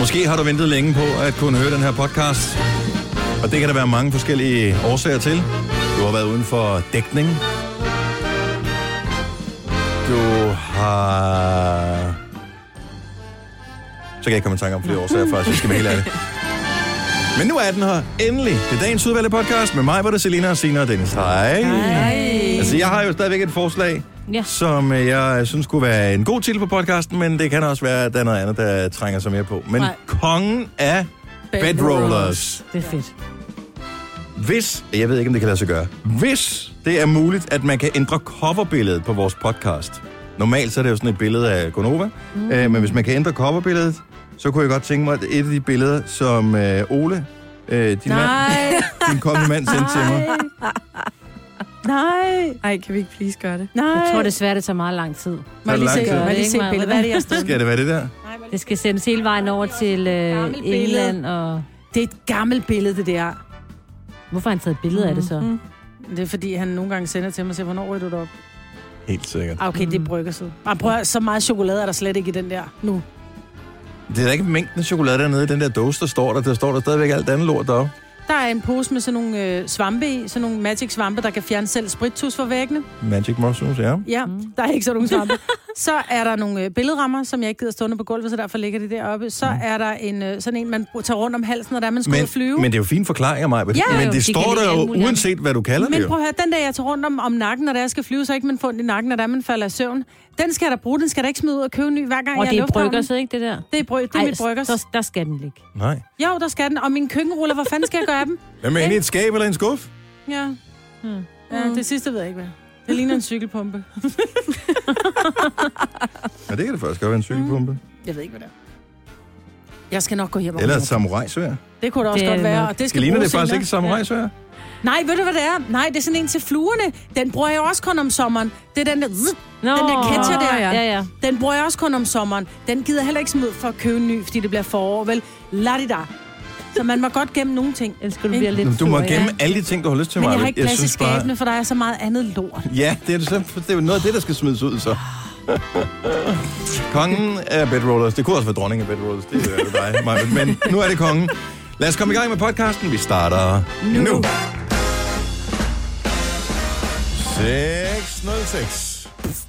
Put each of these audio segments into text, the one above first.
Måske har du ventet længe på at kunne høre den her podcast. Og det kan der være mange forskellige årsager til. Du har været uden for dækning. Du har... Så kan jeg ikke komme i tanke om flere årsager, faktisk. Jeg skal være helt ærlig. Men nu er den her. Endelig. Det er dagens udvalgte podcast med mig, hvor det er Selina og Signe og Dennis. Hej. Hej. Altså, jeg har jo stadigvæk et forslag, som jeg synes kunne være en god titel på podcasten, men det kan også være, at der er noget andet, der trænger sig mere på. Men kongen af bedrollers. Det er fedt. Hvis, jeg ved ikke, om det kan lade sig gøre, hvis det er muligt, at man kan ændre coverbilledet på vores podcast. Normalt så er det jo sådan et billede af Gonova, men hvis man kan ændre coverbilledet, så kunne jeg godt tænke mig, at et af de billeder, som Ole, din kommende mand, sendte til mig. Nej. Ej, kan vi ikke please gøre det? Nej. Jeg tror desværre, det tager meget lang tid. Må jeg lige se billedet? Hvad er det, jeg stod? Skal det være det der? Det skal sendes hele vejen over til England. Og... Det er et gammelt billede, det der. Hvorfor har han taget et billede af det så? Det er fordi, han nogle gange sender til mig og siger, hvornår er du deroppe? Helt sikkert. Okay, det brygger sig. Prøv, så meget chokolade er der slet ikke i den der nu. Det er da ikke mængden af chokolade dernede i den der dåse, der står der. Der står der stadigvæk alt andet lort deroppe. Der er en pose med sådan nogle svampe i, sådan nogle magic svampe, der kan fjerne selv spritus fra væggene. Magic mushrooms, ja. Ja, der er ikke sådan nogle svampe. Så er der nogle billedrammer, som jeg ikke gider stående på gulvet, så derfor ligger de deroppe. Så er der sådan en, man tager rundt om halsen, når man skal ud og flyve. Men det er jo fine forklaringer, Maja. Ja, men det står der jo, uanset hvad du kalder det. Men prøv at høre, den der, jeg tager rundt om nakken, når jeg skal flyve, så ikke man får ondt i nakken, når man falder i søvn. Den skal jeg da bruge, den skal da ikke smide ud og købe ny, hver gang jeg er lufthavnen. Og det er bryggers, ikke det der? Det er mit bryggers. Der skal den ligge. Nej. Jo, der skal den. Og min køkkenruller, hvor fanden skal jeg gøre af dem? Hvad med inde i et skab eller en skuff? Ja. Ja, det sidste ved jeg ikke, hvad. Det ligner en cykelpumpe. Ja, det kan det faktisk være en cykelpumpe. Jeg ved ikke, hvad det er. Jeg skal nok gå hjem og... Eller et samurai-sværd. Det kunne det også godt være, og det skal ligner bruges det faktisk senere. ikke et samurai-sværd? Nej, ved du, hvad det er? Nej, det er sådan en til fluerne. Den bruger jeg også kun om sommeren. Det er den der... den der ketcher der. Ja. Den bruger jeg også kun om sommeren. Den gider heller ikke smide for at købe en ny, fordi det bliver forår. Vel, lad det der. Så man må godt gemme nogle ting. Elsker du bliver lidt du må gemme alle de ting, du har lyst til, men Maja. jeg har ikke plads i skabene, for der er så meget andet lort. Ja, det er jo noget af det, der skal smides ud, så. Kongen af bedrollers. Det kunne også være dronning af bedrollers. Det er jo dig, Maja. Men nu er det kongen. Lad os komme i gang med podcasten. Vi starter nu. 6:06.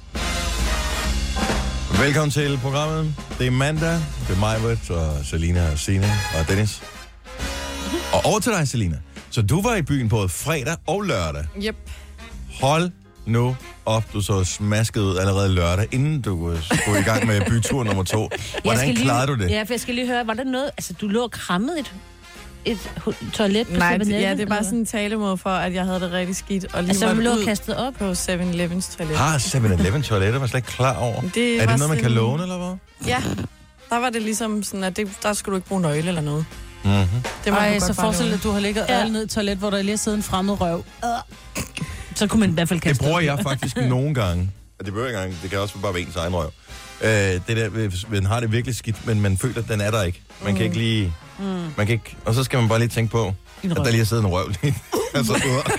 Velkommen til programmet. Det er mandag. Det er mig, og Selina og Signe og Dennis. Og over til dig, Selina. Så du var i byen både fredag og lørdag. Yep. Hold nu op. Du så smasket ud allerede lørdag, inden du skulle i gang med bytur nummer 2. Hvordan klarede du det? Ja, for jeg skal lige høre, var der noget... Altså, du lå og krammede et toilet på 7-Eleven? Nej, det var sådan en talemåde for, at jeg havde det rigtig skidt. Og lige altså, man lå ud kastet op på 7-Elevens toilet. 7-Eleven toiletter var slet ikke klar over. Er det noget, man kan låne, eller hvad? Ja, der var det ligesom sådan, at der skulle du ikke bruge nøgle eller noget. Mm-hmm. Ej, så forestil dig, at du har ligget ned i et toilet, hvor der lige sidder en fremmed røv. Så kunne man i hvert fald kaste det bruger jeg faktisk nogle gange. Det behøver ikke engang. Det kan også bare være ens egen røv. Det der, hvis man har det virkelig skidt, men man føler, at den er der ikke. Man kan ikke lige... Man kan ikke, og så skal man bare lige tænke på, at der lige har siddet en røv lige. Altså,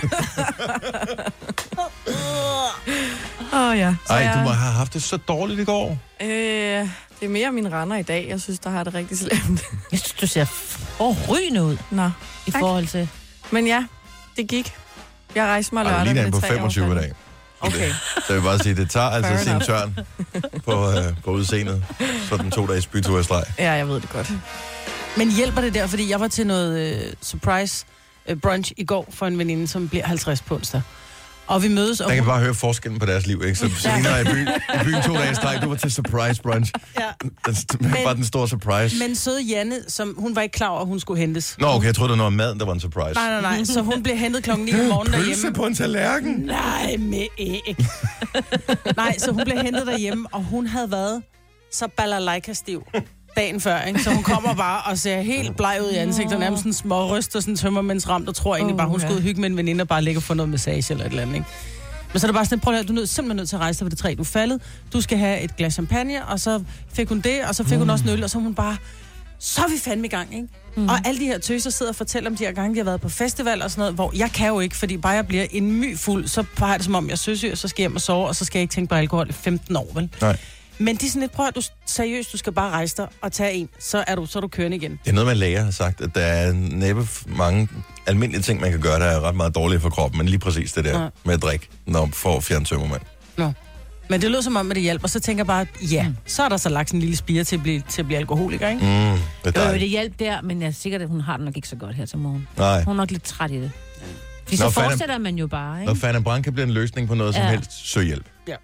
ja. Ej, du må have haft det så dårligt i går. Det er mere mine render i dag. Jeg synes, der har det rigtig slemt. Jeg synes, du ser rygende ud. Nå, i forhold til... Men ja, det gik. Jeg rejste mig lørdag. Og lige på 25 i dag. Okay. Så jeg vil bare sige, det tager altså sin tørn på udseendet. Så den 2 dages bytur i streg. Ja, jeg ved det godt. Men hjælper det der, fordi jeg var til noget surprise brunch i går for en veninde, som bliver 50 på onsdag. Og vi mødes... Der kan bare høre forskellen på deres liv, ikke? Så Selina er i byen 2 dage i streg, du var til surprise brunch. Ja. Bare den store surprise. Men søde Janne, som hun var ikke klar over, at hun skulle hentes. Nå, okay, jeg troede, det var noget mad, der var en surprise. Nej. Så hun blev hentet klokken 9 om morgenen derhjemme. Pølse på en tallerken? Nej, med æg. Nej, så hun blev hentet derhjemme, og hun havde været så balalaika-stiv dagen før, ikke? Så hun kommer bare og ser helt bleg ud i ansigtet, og nærmest sådan småryst og sådan tømmermændsramt, og tror egentlig bare, hun skulle hygge med en veninde og bare ligge og få noget massage eller et eller andet, ikke? Men så er det bare sådan, prøv at du er simpelthen nødt til at rejse dig ved det træ, du er faldet. Du skal have et glas champagne, og så fik hun det, og så fik hun også en øl, og så hun bare, så er vi fandme i gang, ikke? Og alle de her tøser sidder og fortæller om de her gange, de har været på festival og sådan noget, hvor jeg kan jo ikke, fordi bare jeg bliver en my fuld, så bare det som om jeg søsyg, og så skal jeg hjem og sove, og så skal jeg ikke tænke på alkohol i 15 år, vel? Nej. Men de er sådan lidt, prøv at du seriøst, du skal bare rejse dig og tage en, så er du kørende igen. Det er noget, man læger har sagt, at der er næppe mange almindelige ting, man kan gøre, der er ret meget dårligt for kroppen, men lige præcis det der med at drikke, når man får fjerntømmermand. Nå. Men det lød som om, at det hjælper, så tænker jeg bare, så er der så lagt en lille spire til at blive alkoholiker, ikke? Det er det hjælp der, men jeg er sikker, at hun har det nok ikke så godt her til morgen. Nej. Hun er nok lidt træt i det. Fordi så fortsætter man jo bare, ikke? Når Fana Branca bliver en løsning på noget som helst, søg hjælp. Ja.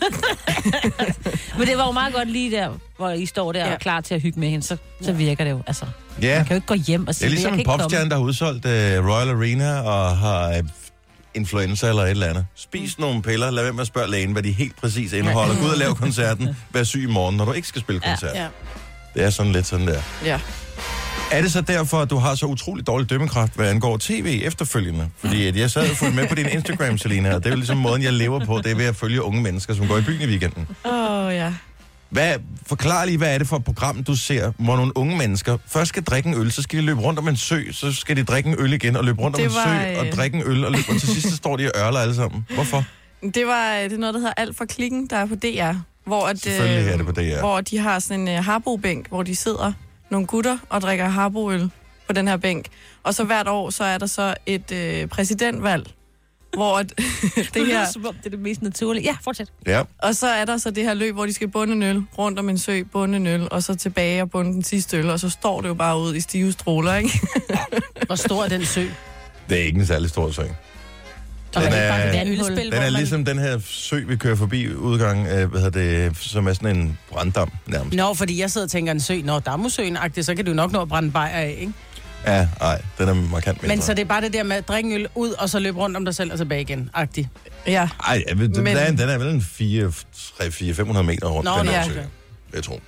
Men det var jo meget godt lige der, hvor I står der og er klar til at hygge med hende, så virker det jo. Altså, ja. Man kan jo ikke gå hjem og sige, det er ligesom en popstjerne, der har udsolgt Royal Arena og har influenza eller et eller andet. Spis nogle piller, lad være med at spørge lægen, hvad de helt præcis indeholder. Gå ud og lave koncerten, vær syg i morgen, når du ikke skal spille koncert. Ja. Det er sådan lidt sådan der. Ja. Er det så derfor, at du har så utrolig dårlig dømmekraft, hvad angår tv efterfølgende? Fordi at jeg sad og fulgte med på din Instagram, Selina, og det er jo ligesom måden, jeg lever på. Det er ved at følge unge mennesker, som går i byen i weekenden. Ja. Forklar lige, hvad er det for et program, du ser, hvor nogle unge mennesker først skal drikke en øl, så skal de løbe rundt om en sø, så skal de drikke en øl igen og løbe rundt om en sø og drikke en øl, og til sidst står de og ørler alle sammen. Hvorfor? Det er noget, der hedder Alt for Klikken, der er på DR. Selvfølgelig er det på DR. Hvor de har sådan en Harbo-bænk, hvor de sidder nogle gutter og drikker Harbo-øl på den her bænk. Og så hvert år, så er der så et præsidentvalg, hvor det her... Det er det mest naturlige. Ja, fortsæt. Ja. Og så er der så det her løb, hvor de skal bunde en øl rundt om en sø, bunde en øl, og så tilbage og bunde den sidste øl, og så står det jo bare ude i stive stråler, ikke? Hvor stor er den sø? Det er ikke en særlig stor sø. Den er ligesom den her sø, vi kører forbi udgang, som er sådan en branddam nærmest. Nå, fordi jeg sidder og tænker en sø, Dammusøen-agtigt, så kan du nok nå at brænde bajer af, ikke? Ja, nej, den er markant mindre. Men så det er bare det der med at drikke øl ud, og så løbe rundt om dig selv og tilbage igen, agtigt. Ja. Ej, den er vel en 400-500 meter rundt, den her sø. Jeg tror.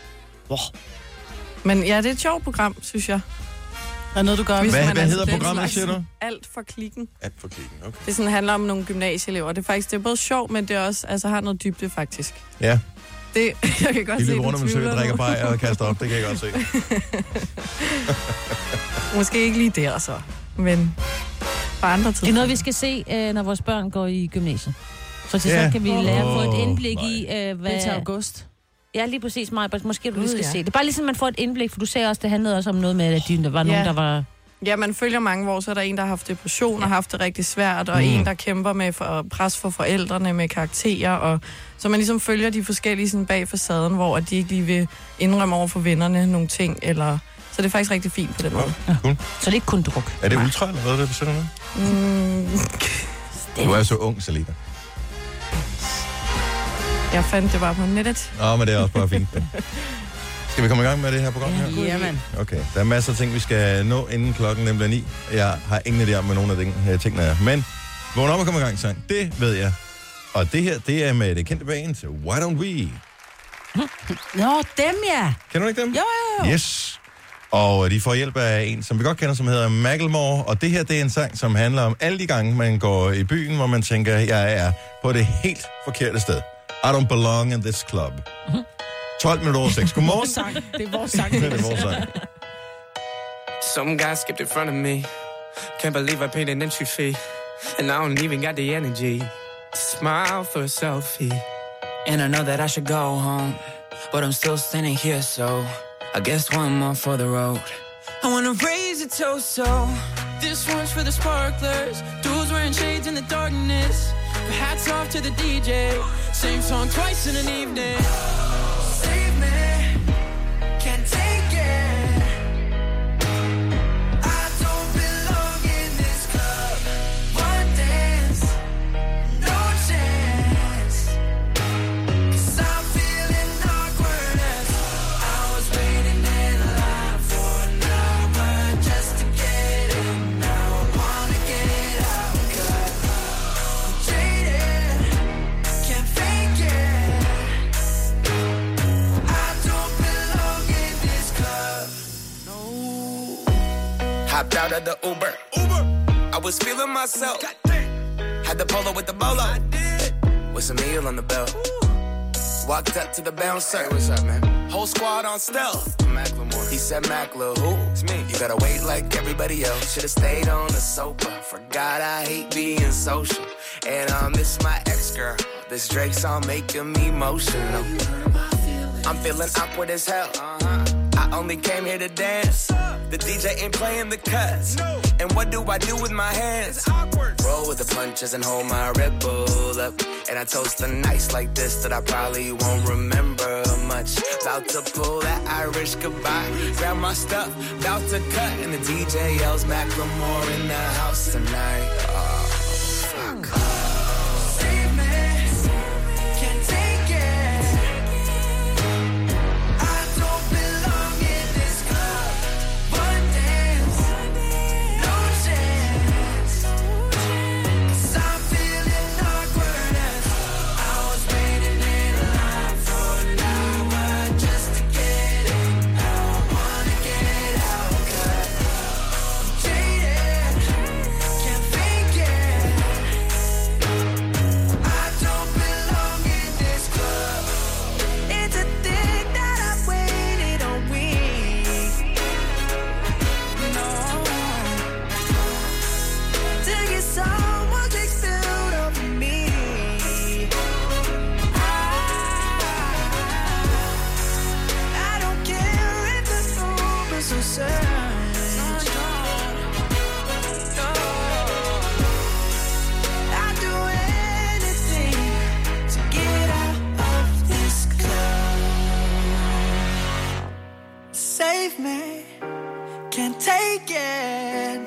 Men ja, det er et sjovt program, synes jeg. Der er noget, du gør. Hvad hedder programmet, siger du? Alt for Klikken. Alt for Klikken, okay. Det sådan handler om nogle gymnasieelever. Det er både sjovt, men det er også har noget dybde, faktisk. Ja. Jeg kan godt se, de løber rundt om en sø, drikker bajer og kaster op, det kan jeg godt se. Måske ikke lige der, så. Men på andre tidspunkter. Det er noget, vi skal se, når vores børn går i gymnasiet. Så så kan vi lære at få et indblik i, hvad... Det er til august. Ja, lige præcis, Maja. Måske du lige skal se. Det er bare ligesom, man får et indblik, for du sagde også, det handlede også om noget med, at der var nogen, der var... Ja, man følger mange, hvor så er der en, der har haft depression og haft det rigtig svært, og en, der kæmper med pres for forældrene med karakterer, og så man ligesom følger de forskellige sådan bag facaden, hvor de ikke lige vil indrømme over for vennerne nogle ting, eller... Så det er faktisk rigtig fint på den måde. Ja, cool. Så det er ikke kun druk. Er det ultra, eller hvad er det, du sætter nu? Du er så ung, Selina. Jeg fandt det bare på nettet. Men det er også bare fint. Skal vi komme i gang med det her program her? Ja, mand. Okay, der er masser af ting, vi skal nå inden klokken nemlig 9. Jeg har ingen idé om, hvad nogle af de tingene er. Men vågn op og komme i gang, sang. Det ved jeg. Og det her, det er med det kendte band til Why Don't We? Nå, dem ja. Kender du ikke dem? Jo. Yes. Og de får hjælp af en, som vi godt kender, som hedder Macklemore. Og det her, det er en sang, som handler om alle de gange, man går i byen, hvor man tænker, jeg er på det helt forkerte sted. I don't belong in this club. 12 minutter over 6. Godmorgen. Det er vores sang. Det er vores sang. Some guy skipped in front of me. Can't believe I paid an entry fee. And I don't even got the energy to smile for a selfie. And I know that I should go home, but I'm still standing here, so I guess one more for the road. I wanna raise a toast, so this one's for the sparklers, dudes wearing shades in the darkness. Hats off to the DJ, same song twice in an evening. Save me, can't take it. I don't belong in this club. One dance, no chance. 'Cause I'm feeling awkward as I was waiting in line for an hour just to get in. Now I wanna get out, 'cause I'm jaded, can't fake it. I don't belong in this club. No. Hopped out of the Uber. I was feeling myself. Had the polo with the bolo. With some meal on the belt. Walked up to the bouncer. Hey, what's up, man? Whole squad on stealth. Macklemore. He said, Macklemore, who? It's me. You gotta wait like everybody else. Should've stayed on the sofa. Forgot I hate being social. And I miss my ex-girl. This Drake song making me emotional. I'm feeling awkward as hell. I only came here to dance. The DJ ain't playing the cuts. And what do I do with my hands? Roll with the punches and hold my Red Bull up. And I toast the nights like this that I probably won't remember much. About to pull that Irish goodbye. Grab my stuff, about to cut. And the DJ yells Macklemore in the house tonight. Oh, fuck. Save me, can't take it. I don't belong in this club. One dance, no chance. 'Cause I'm feeling awkward as I was waiting in line for an hour just to get in. I don't wanna get out 'cause I'm jaded, can't fake it. I don't belong in this club. It's a thing that I've waited a week. No, to get someone takes build over me. I don't care if the room is so sad. I'd do anything to get out of this club. Save me, can't take it.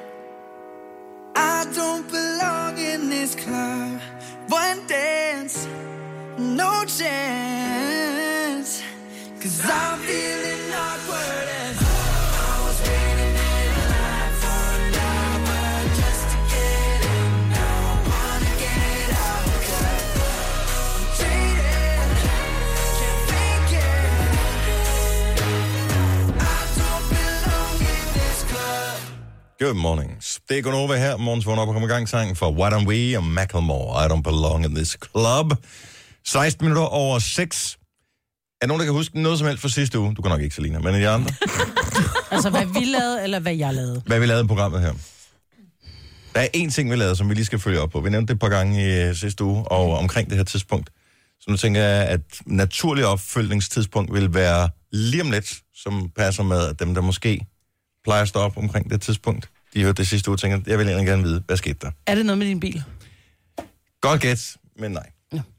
I don't belong in this club. One dance, no chance. 'Cause I'm feeling awkward as I was waiting in line for an hour just to get in. I don't wanna get out 'cause I'm jaded, can't fake it. I don't belong in this club. Good mornings. Det er Gunova her. Morgens vågn op og komme i gang. Sang for What Am We og Macklemore. I don't belong in this club. 16 minutter over 6. Er nogen, der kan huske noget som helst fra sidste uge? Du kan nok ikke, Selina, men de andre. Altså, hvad vi lavede, eller hvad jeg lavede? Hvad vi lavede i programmet her. Der er én ting, vi lavede, som vi lige skal følge op på. Vi nævnte det et par gange i sidste uge, og omkring det her tidspunkt. Så nu tænker jeg, at naturlig opfølgningstidspunkt vil være lige om lidt, som passer med, at dem, der måske plejer at stå op omkring det tidspunkt, de hørte det sidste uge, tænker, jeg vil egentlig gerne vide, hvad skete der? Er det noget med din bil? Godt gæt, men nej.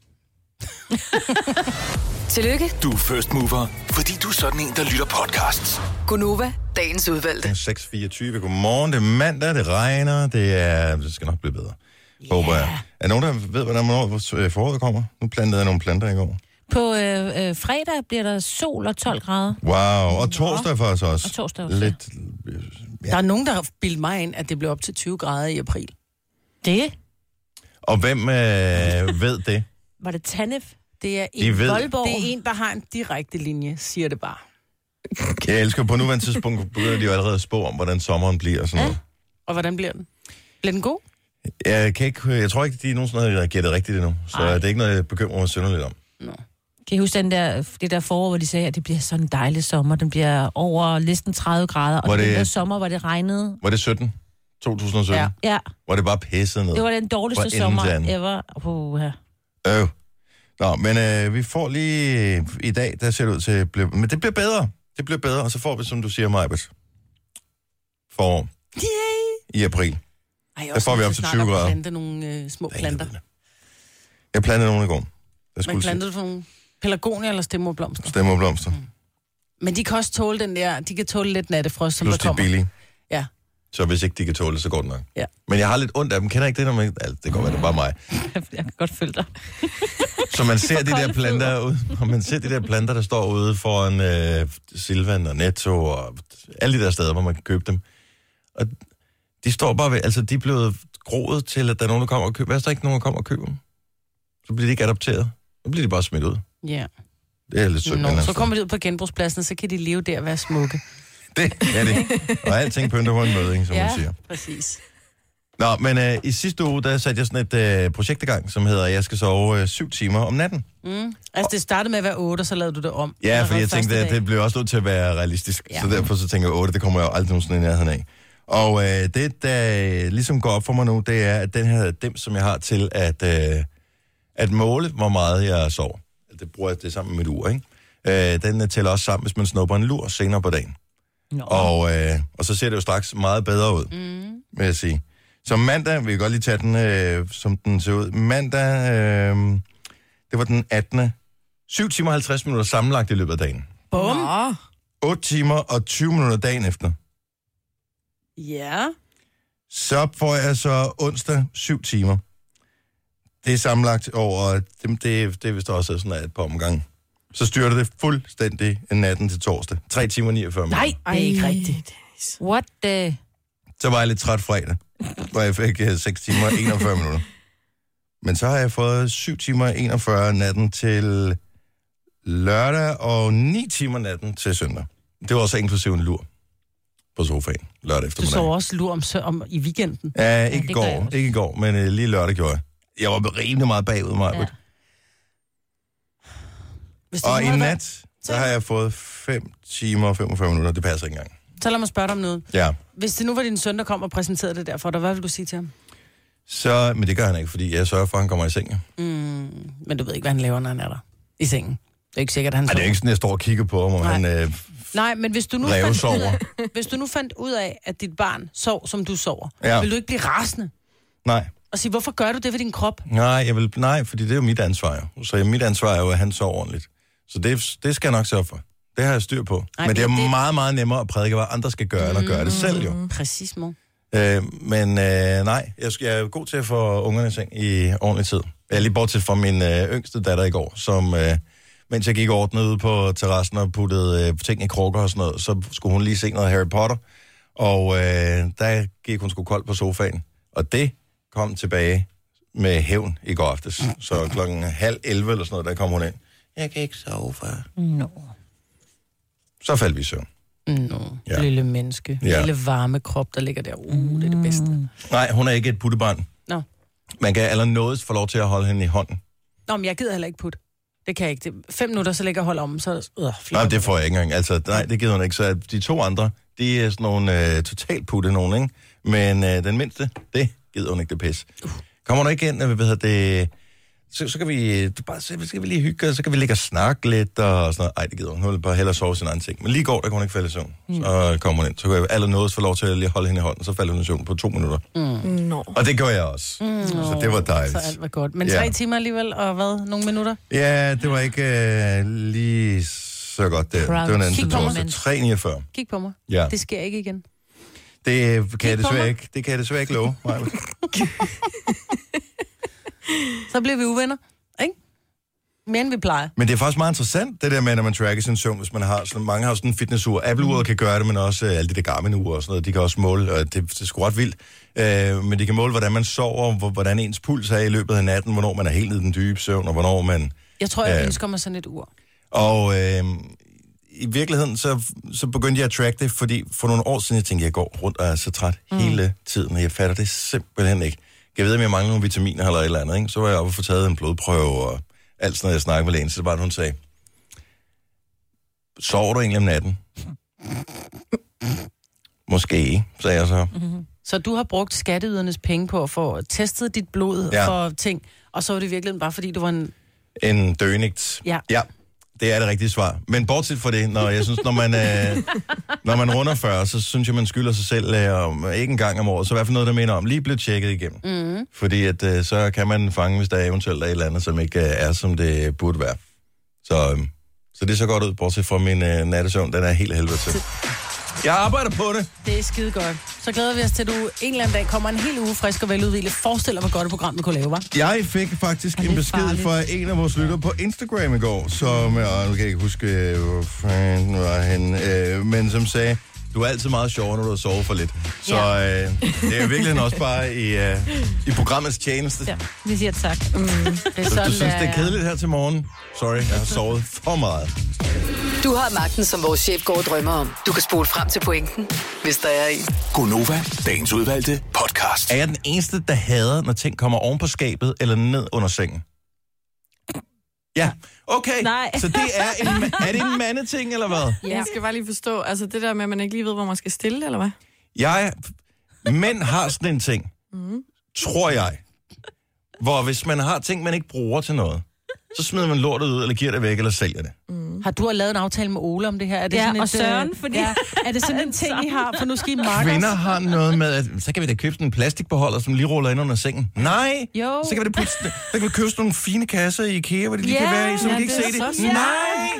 Tillykke, Du er first mover, fordi du er sådan en, der lytter podcasts. Gunova, dagens udvalgte. 6:24. Godmorgen, det er mandag, det regner, det skal nok blive bedre. Håber jeg. Er nogen, der ved, hvornår foråret kommer? Nu plantede jeg nogle planter i går. På fredag bliver der sol og 12 grader. Wow, og torsdag faktisk også. Og torsdag også, Lidt, Ja. Der er nogen, der har bildet mig ind, at det blev op til 20 grader i april. Det? Og hvem ved det? Var det Tanef? Det er De ved. Voldborg. Det er en, der har en direkte linje, siger det bare. Jeg elsker, på nuværende tidspunkt begynder de jo allerede at spå om, hvordan sommeren bliver og sådan noget. Og hvordan bliver den? Bliver den god? Jeg tror ikke, de nogensinde har gættet rigtigt endnu. Så det er ikke noget, jeg bekymrer mig synderligt om. Nå. Kan I huske det der forår, hvor de sagde, at det bliver sådan en dejlig sommer. Den bliver over næsten 30 grader. Og den der sommer, hvor det regnede. Var det 17? 2017? Ja. Hvor det bare pissede ned. Det var den dårligste sommer ever. Nå, men vi får lige i dag, der ser det ud til... Men det bliver bedre. Det bliver bedre, og så får vi, som du siger, Majbert, forår i april. Der får vi op til 20 grader. Jeg plante nogle små planter. Jeg plantede nogle i går. Men plantede du nogle pelargonia eller stemmerblomster? Stemmerblomster. Men de kan også tåle den der, de kan tåle lidt nattefrost, som plus der kommer. Plus de er billige. Ja. Så hvis ikke de kan tåle det, så går det nok. Ja. Men jeg har lidt ondt af dem. Kender ikke det, når man... Altså, det går være, det er bare mig. Jeg kan godt følge dig. Så man ser de der planter ude, og man ser de der planter, der står ude foran Silvan og Netto og alle de der steder, hvor man kan købe dem. Og de står bare ved, altså de er blevet groet til, at der er nogen, der kommer og køber. Hvad er der ikke nogen, der kommer og køber dem? Så bliver de ikke adopteret. Så bliver de bare smidt ud. Ja. Det er lidt synd. Så kommer de ud på genbrugspladsen, så kan de leve der og være smukke. Det er det. Og alting pynter på en møde, ikke, som man siger. Præcis. Nå, men i sidste uge, der satte jeg sådan et projekt i gang, som hedder, jeg skal sove 7 timer om natten. Altså, det startede med at være 8, og så lavede du det om. Ja, fordi jeg tænkte, at det blev også nødt til at være realistisk. Ja. Så derfor så tænker jeg, 8, det kommer jeg jo aldrig nogensinde i nærheden af. Og det, der ligesom går op for mig nu, det er, at den her dims, som jeg har til at måle, hvor meget jeg sover. Det bruger jeg det sammen med mit ur, ikke? Den tæller også sammen, hvis man snupper en lur senere på dagen. Og så ser det jo straks meget bedre ud, vil jeg sige. Så mandag, vi kan godt lige tage den, som den ser ud. Mandag, det var den 18. 7 timer og 50 minutter sammenlagt i løbet af dagen. Bum. 8 timer og 20 minutter dagen efter. Ja. Så får jeg så onsdag 7 timer. Det er sammenlagt over, det er vist også sådan et par omgange. Så styrter det fuldstændig natten til torsdag. 3 timer og 49 minutter. Nej, det er ikke rigtigt. What the... Så var jeg lidt træt fredag, hvor jeg fik 6 timer og 41 minutter. Men så har jeg fået 7 timer og 41 natten til lørdag og 9 timer natten til søndag. Det var også inklusive en lur på sofaen lørdag eftermiddag. Du sover også lur om i weekenden? Ja, ikke i går, men lige lørdag gjorde jeg. Jeg var rimelig meget bagud mig. Ja. Og i nat, så har jeg fået 5 timer og 45 minutter. Det passer ikke engang. Så lad mig spørge dig om noget. Ja. Hvis det nu var din søn, der kom og præsenterede det der for dig, hvad vil du sige til ham? Men det gør han ikke, fordi jeg sørger for, at han kommer i seng. Men du ved ikke, hvad han laver, når han er der i sengen. Det er ikke sikkert, at han sover. Det er ikke sådan, jeg står og kigger på ham, og han Nej, men hvis du nu fandt ud af, at dit barn sov, som du sover, vil du ikke blive rasende? Nej. Og sige, hvorfor gør du det ved din krop? Nej, fordi det er jo mit ansvar jo. Så mit ansvar er jo, at han sover ordentligt. Så det skal jeg nok sørge for. Det har jeg styr på. Men det er meget, meget nemmere at prædike, hvad andre skal gøre, end at gøre det selv jo. Præcis, mor. Men nej, jeg er god til at få ungerne i seng i ordentlig tid. Jeg er lige bortset fra min yngste datter i går, som mens jeg gik ordnet ude på terrassen og puttede ting i krukker og sådan noget, så skulle hun lige se noget Harry Potter. Og der gik hun sgu koldt på sofaen. Og det kom tilbage med hævn i går aftes. Så 10:30 eller sådan noget, der kom hun ind. Jeg kan ikke sove, far. No. Så faldt vi i søvn. Lille menneske. Lille varme krop, der ligger der. Det er det bedste. Nej, hun er ikke et puttebarn. Nå. Man kan allernådigst få lov til at holde hende i hånden. Nå, men jeg gider heller ikke putte. Det kan jeg ikke. 5 minutter, så ligger jeg holde om, så... Nej, det får jeg ikke engang. Altså, nej, det gider hun ikke. Så de 2 andre, de er sådan nogle totalt putte nogen, ikke? Men den mindste, det gider hun ikke, det pis. Kommer du ikke ind, det... Så kan vi lige hygge, og så kan vi ligge og snakke lidt, og sådan noget. Ej, det gider hun. Hun vil bare hellere sove sin egen ting. Men lige går, der kunne hun ikke falde i søvn. Så kommer hun ind. Så kan jeg allernådigst få lov til at lige holde hende i hånden, så falder hun i søvn på 2 minutter. Og det gør jeg også. Så det var dejligt. Så alt var godt. Men 3 timer alligevel, og hvad? Nogle minutter? Ja, det var ikke lige så godt der. Det var en anden til torsdag. 3:49. Kig på mig. Ja. Det sker ikke igen. Det kan jeg desværre ikke love. Så bliver vi uvenner, ikke? Mere end vi plejer. Men det er faktisk meget interessant, det der med, når man tracker sin søvn, hvis man har sådan, mange har sådan en fitnessur. Apple-uret kan gøre det, men også alle de der Garmin-ure og sådan noget, de kan også måle, og det er sgu ret vildt. Men de kan måle, hvordan man sover, hvordan ens puls er i løbet af natten, hvornår man er helt nede i den dybe søvn, og hvornår man... Jeg tror, jeg ønsker mig sådan et ur. Og i virkeligheden, så begyndte jeg at track det, fordi for nogle år siden, jeg tænkte, jeg går rundt og er så træt hele tiden, og jeg fatter det simpelthen ikke. Jeg ved, om jeg mangler nogle vitaminer eller et eller andet, ikke? Så var jeg oppe og få taget en blodprøve og alt sådan noget, jeg snakkede med lægen. Så det var, hun sagde, sover du egentlig om natten? Måske ikke, sagde jeg så. Så du har brugt skatteydernes penge på at få testet dit blod for ting, og så var det virkelig bare, fordi du var en døgnigt. Ja. Det er det rigtige svar. Men bortset fra det, jeg synes, når man runder 40, så synes jeg, man skylder sig selv ikke en gang om året, så i hvert fald noget, der minder om, lige blive tjekket igennem. Fordi at, så kan man fange, hvis der eventuelt er et eller andet, som ikke er, som det burde være. Så det er så godt ud, bortset fra min nattesøvn, den er helt helvede til. Jeg arbejder på det. Det er skide godt. Så glæder vi os til, at du en eller anden dag kommer en hel uge frisk og veludvilet. Forestil dig, hvor godt et program vi kunne lave, hva'? Jeg fik faktisk en besked fra en af vores lyttere på Instagram i går, som, nu kan jeg ikke huske, hvor fanden var henne, men som sagde, du er altid meget sjovere, når du har sovet for lidt. Så det er virkelig også bare i programmets tjeneste. Ja, vi siger tak. Det er så sådan, du synes, det er kedeligt her til morgen? Sorry, jeg har sovet for meget. Du har magten, som vores chef går og drømmer om. Du kan spole frem til pointen, hvis der er en. Gonova, dagens udvalgte podcast. Er jeg den eneste, der hader, når ting kommer oven på skabet eller ned under sengen? Ja, okay. Nej. Så det er det en mandeting, eller hvad? Ja. Jeg skal bare lige forstå, altså det der med, at man ikke lige ved, hvor man skal stille, eller hvad? Mænd har sådan en ting, tror jeg, hvor hvis man har ting, man ikke bruger til noget, så smider man lortet ud, eller giver det væk, eller sælger det. Har du lavet en aftale med Ole om det her? Er det sådan og Søren, fordi... Ja, er det sådan en ting, I har? For nu skal I markers. Kvinder har noget med, at så kan vi da købe sådan en plastikbeholder, som lige ruller ind under sengen. Nej! Jo. Så kan vi da putte, så kan vi købe sådan nogle fine kasser i IKEA, hvor de lige kan være i, så vi kan ikke se det. Nej!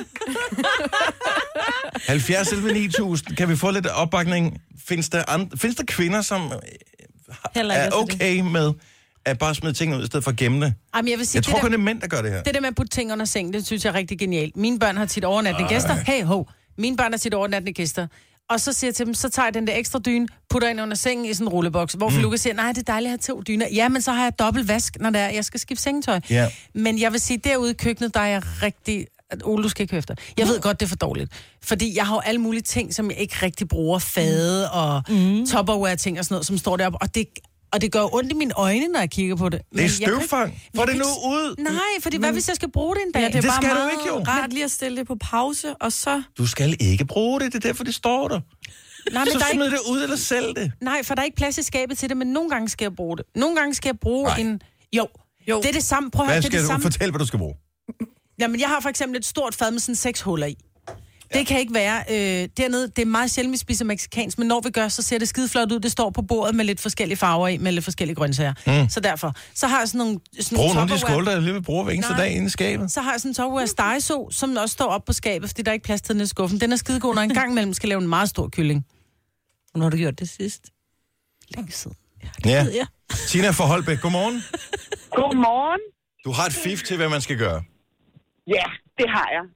70 11 9000. Kan vi få lidt opbakning? Findes der kvinder, som er okay med at bare smide ting ud, i stedet for at gemme det? Jamen, jeg vil sige, jeg tror kun, det er mænd, der gør det her. Det der med at putte ting under sengen, det synes jeg er rigtig genialt. Mine børn har tit overnattende gæster. Hey, ho. Mine børn har tit overnattende gæster. Og så siger jeg til dem, så tager jeg den der ekstra dyne, putter ind under sengen i sådan en rulleboks. Hvorfor Lukas siger, nej, det er dejligt at have 2 dyner. Ja, men så har jeg dobbelt vask, når det er, jeg skal skifte sengetøj. Yeah. Men jeg vil sige, derude i køkkenet, der er jeg rigtig... Ole, du skal ikke høre efter. Jeg ved godt, det er for dårligt. Fordi jeg har jo alle mulige ting, som jeg ikke rigtig bruger. Fade og Tupperware-ting og sådan noget, som står deroppe. Og det gør ondt i mine øjne, når jeg kigger på det. Det er støvfang. Få det nu ud. Nej, fordi hvad hvis jeg skal bruge det en dag? Ja, det er det bare skal meget du ikke, jo. rart lige at stille det på pause, og så... Du skal ikke bruge det, det er derfor, det står der. Nej, men så der smid ikke... det ud eller sælg det. Nej, for der er ikke plads i skabet til det, men nogle gange skal jeg bruge det. Nogle gange skal jeg bruge en... Jo, det er det samme. Prøv at høre, hvad skal du fortælle, hvad du skal bruge? Jamen, jeg har for eksempel et stort fad med sådan 6 huller i. Det kan ikke være dernede. Det er meget sjældent, vi spiser mexikansk, men når vi gør, så ser det skide flot ud. Det står på bordet med lidt forskellige farver i, med lidt forskellige grøntsager. Så derfor, så har jeg sådan nogle brug nogle af de skåle, der alligevel bruger hver eneste dag inde i skabet. Så har jeg sådan en Tupperware stegeså, som også står op på skabet, fordi der er ikke plads til den i skuffen. Den er skidegod, når en gang imellem skal lave en meget stor kylling. Hvornår har du gjort det sidst? Længe siden. Ja. Tina fra Holbæk, godmorgen. Godmorgen. Du har et fif til, hvad man skal gøre. Ja, det har jeg.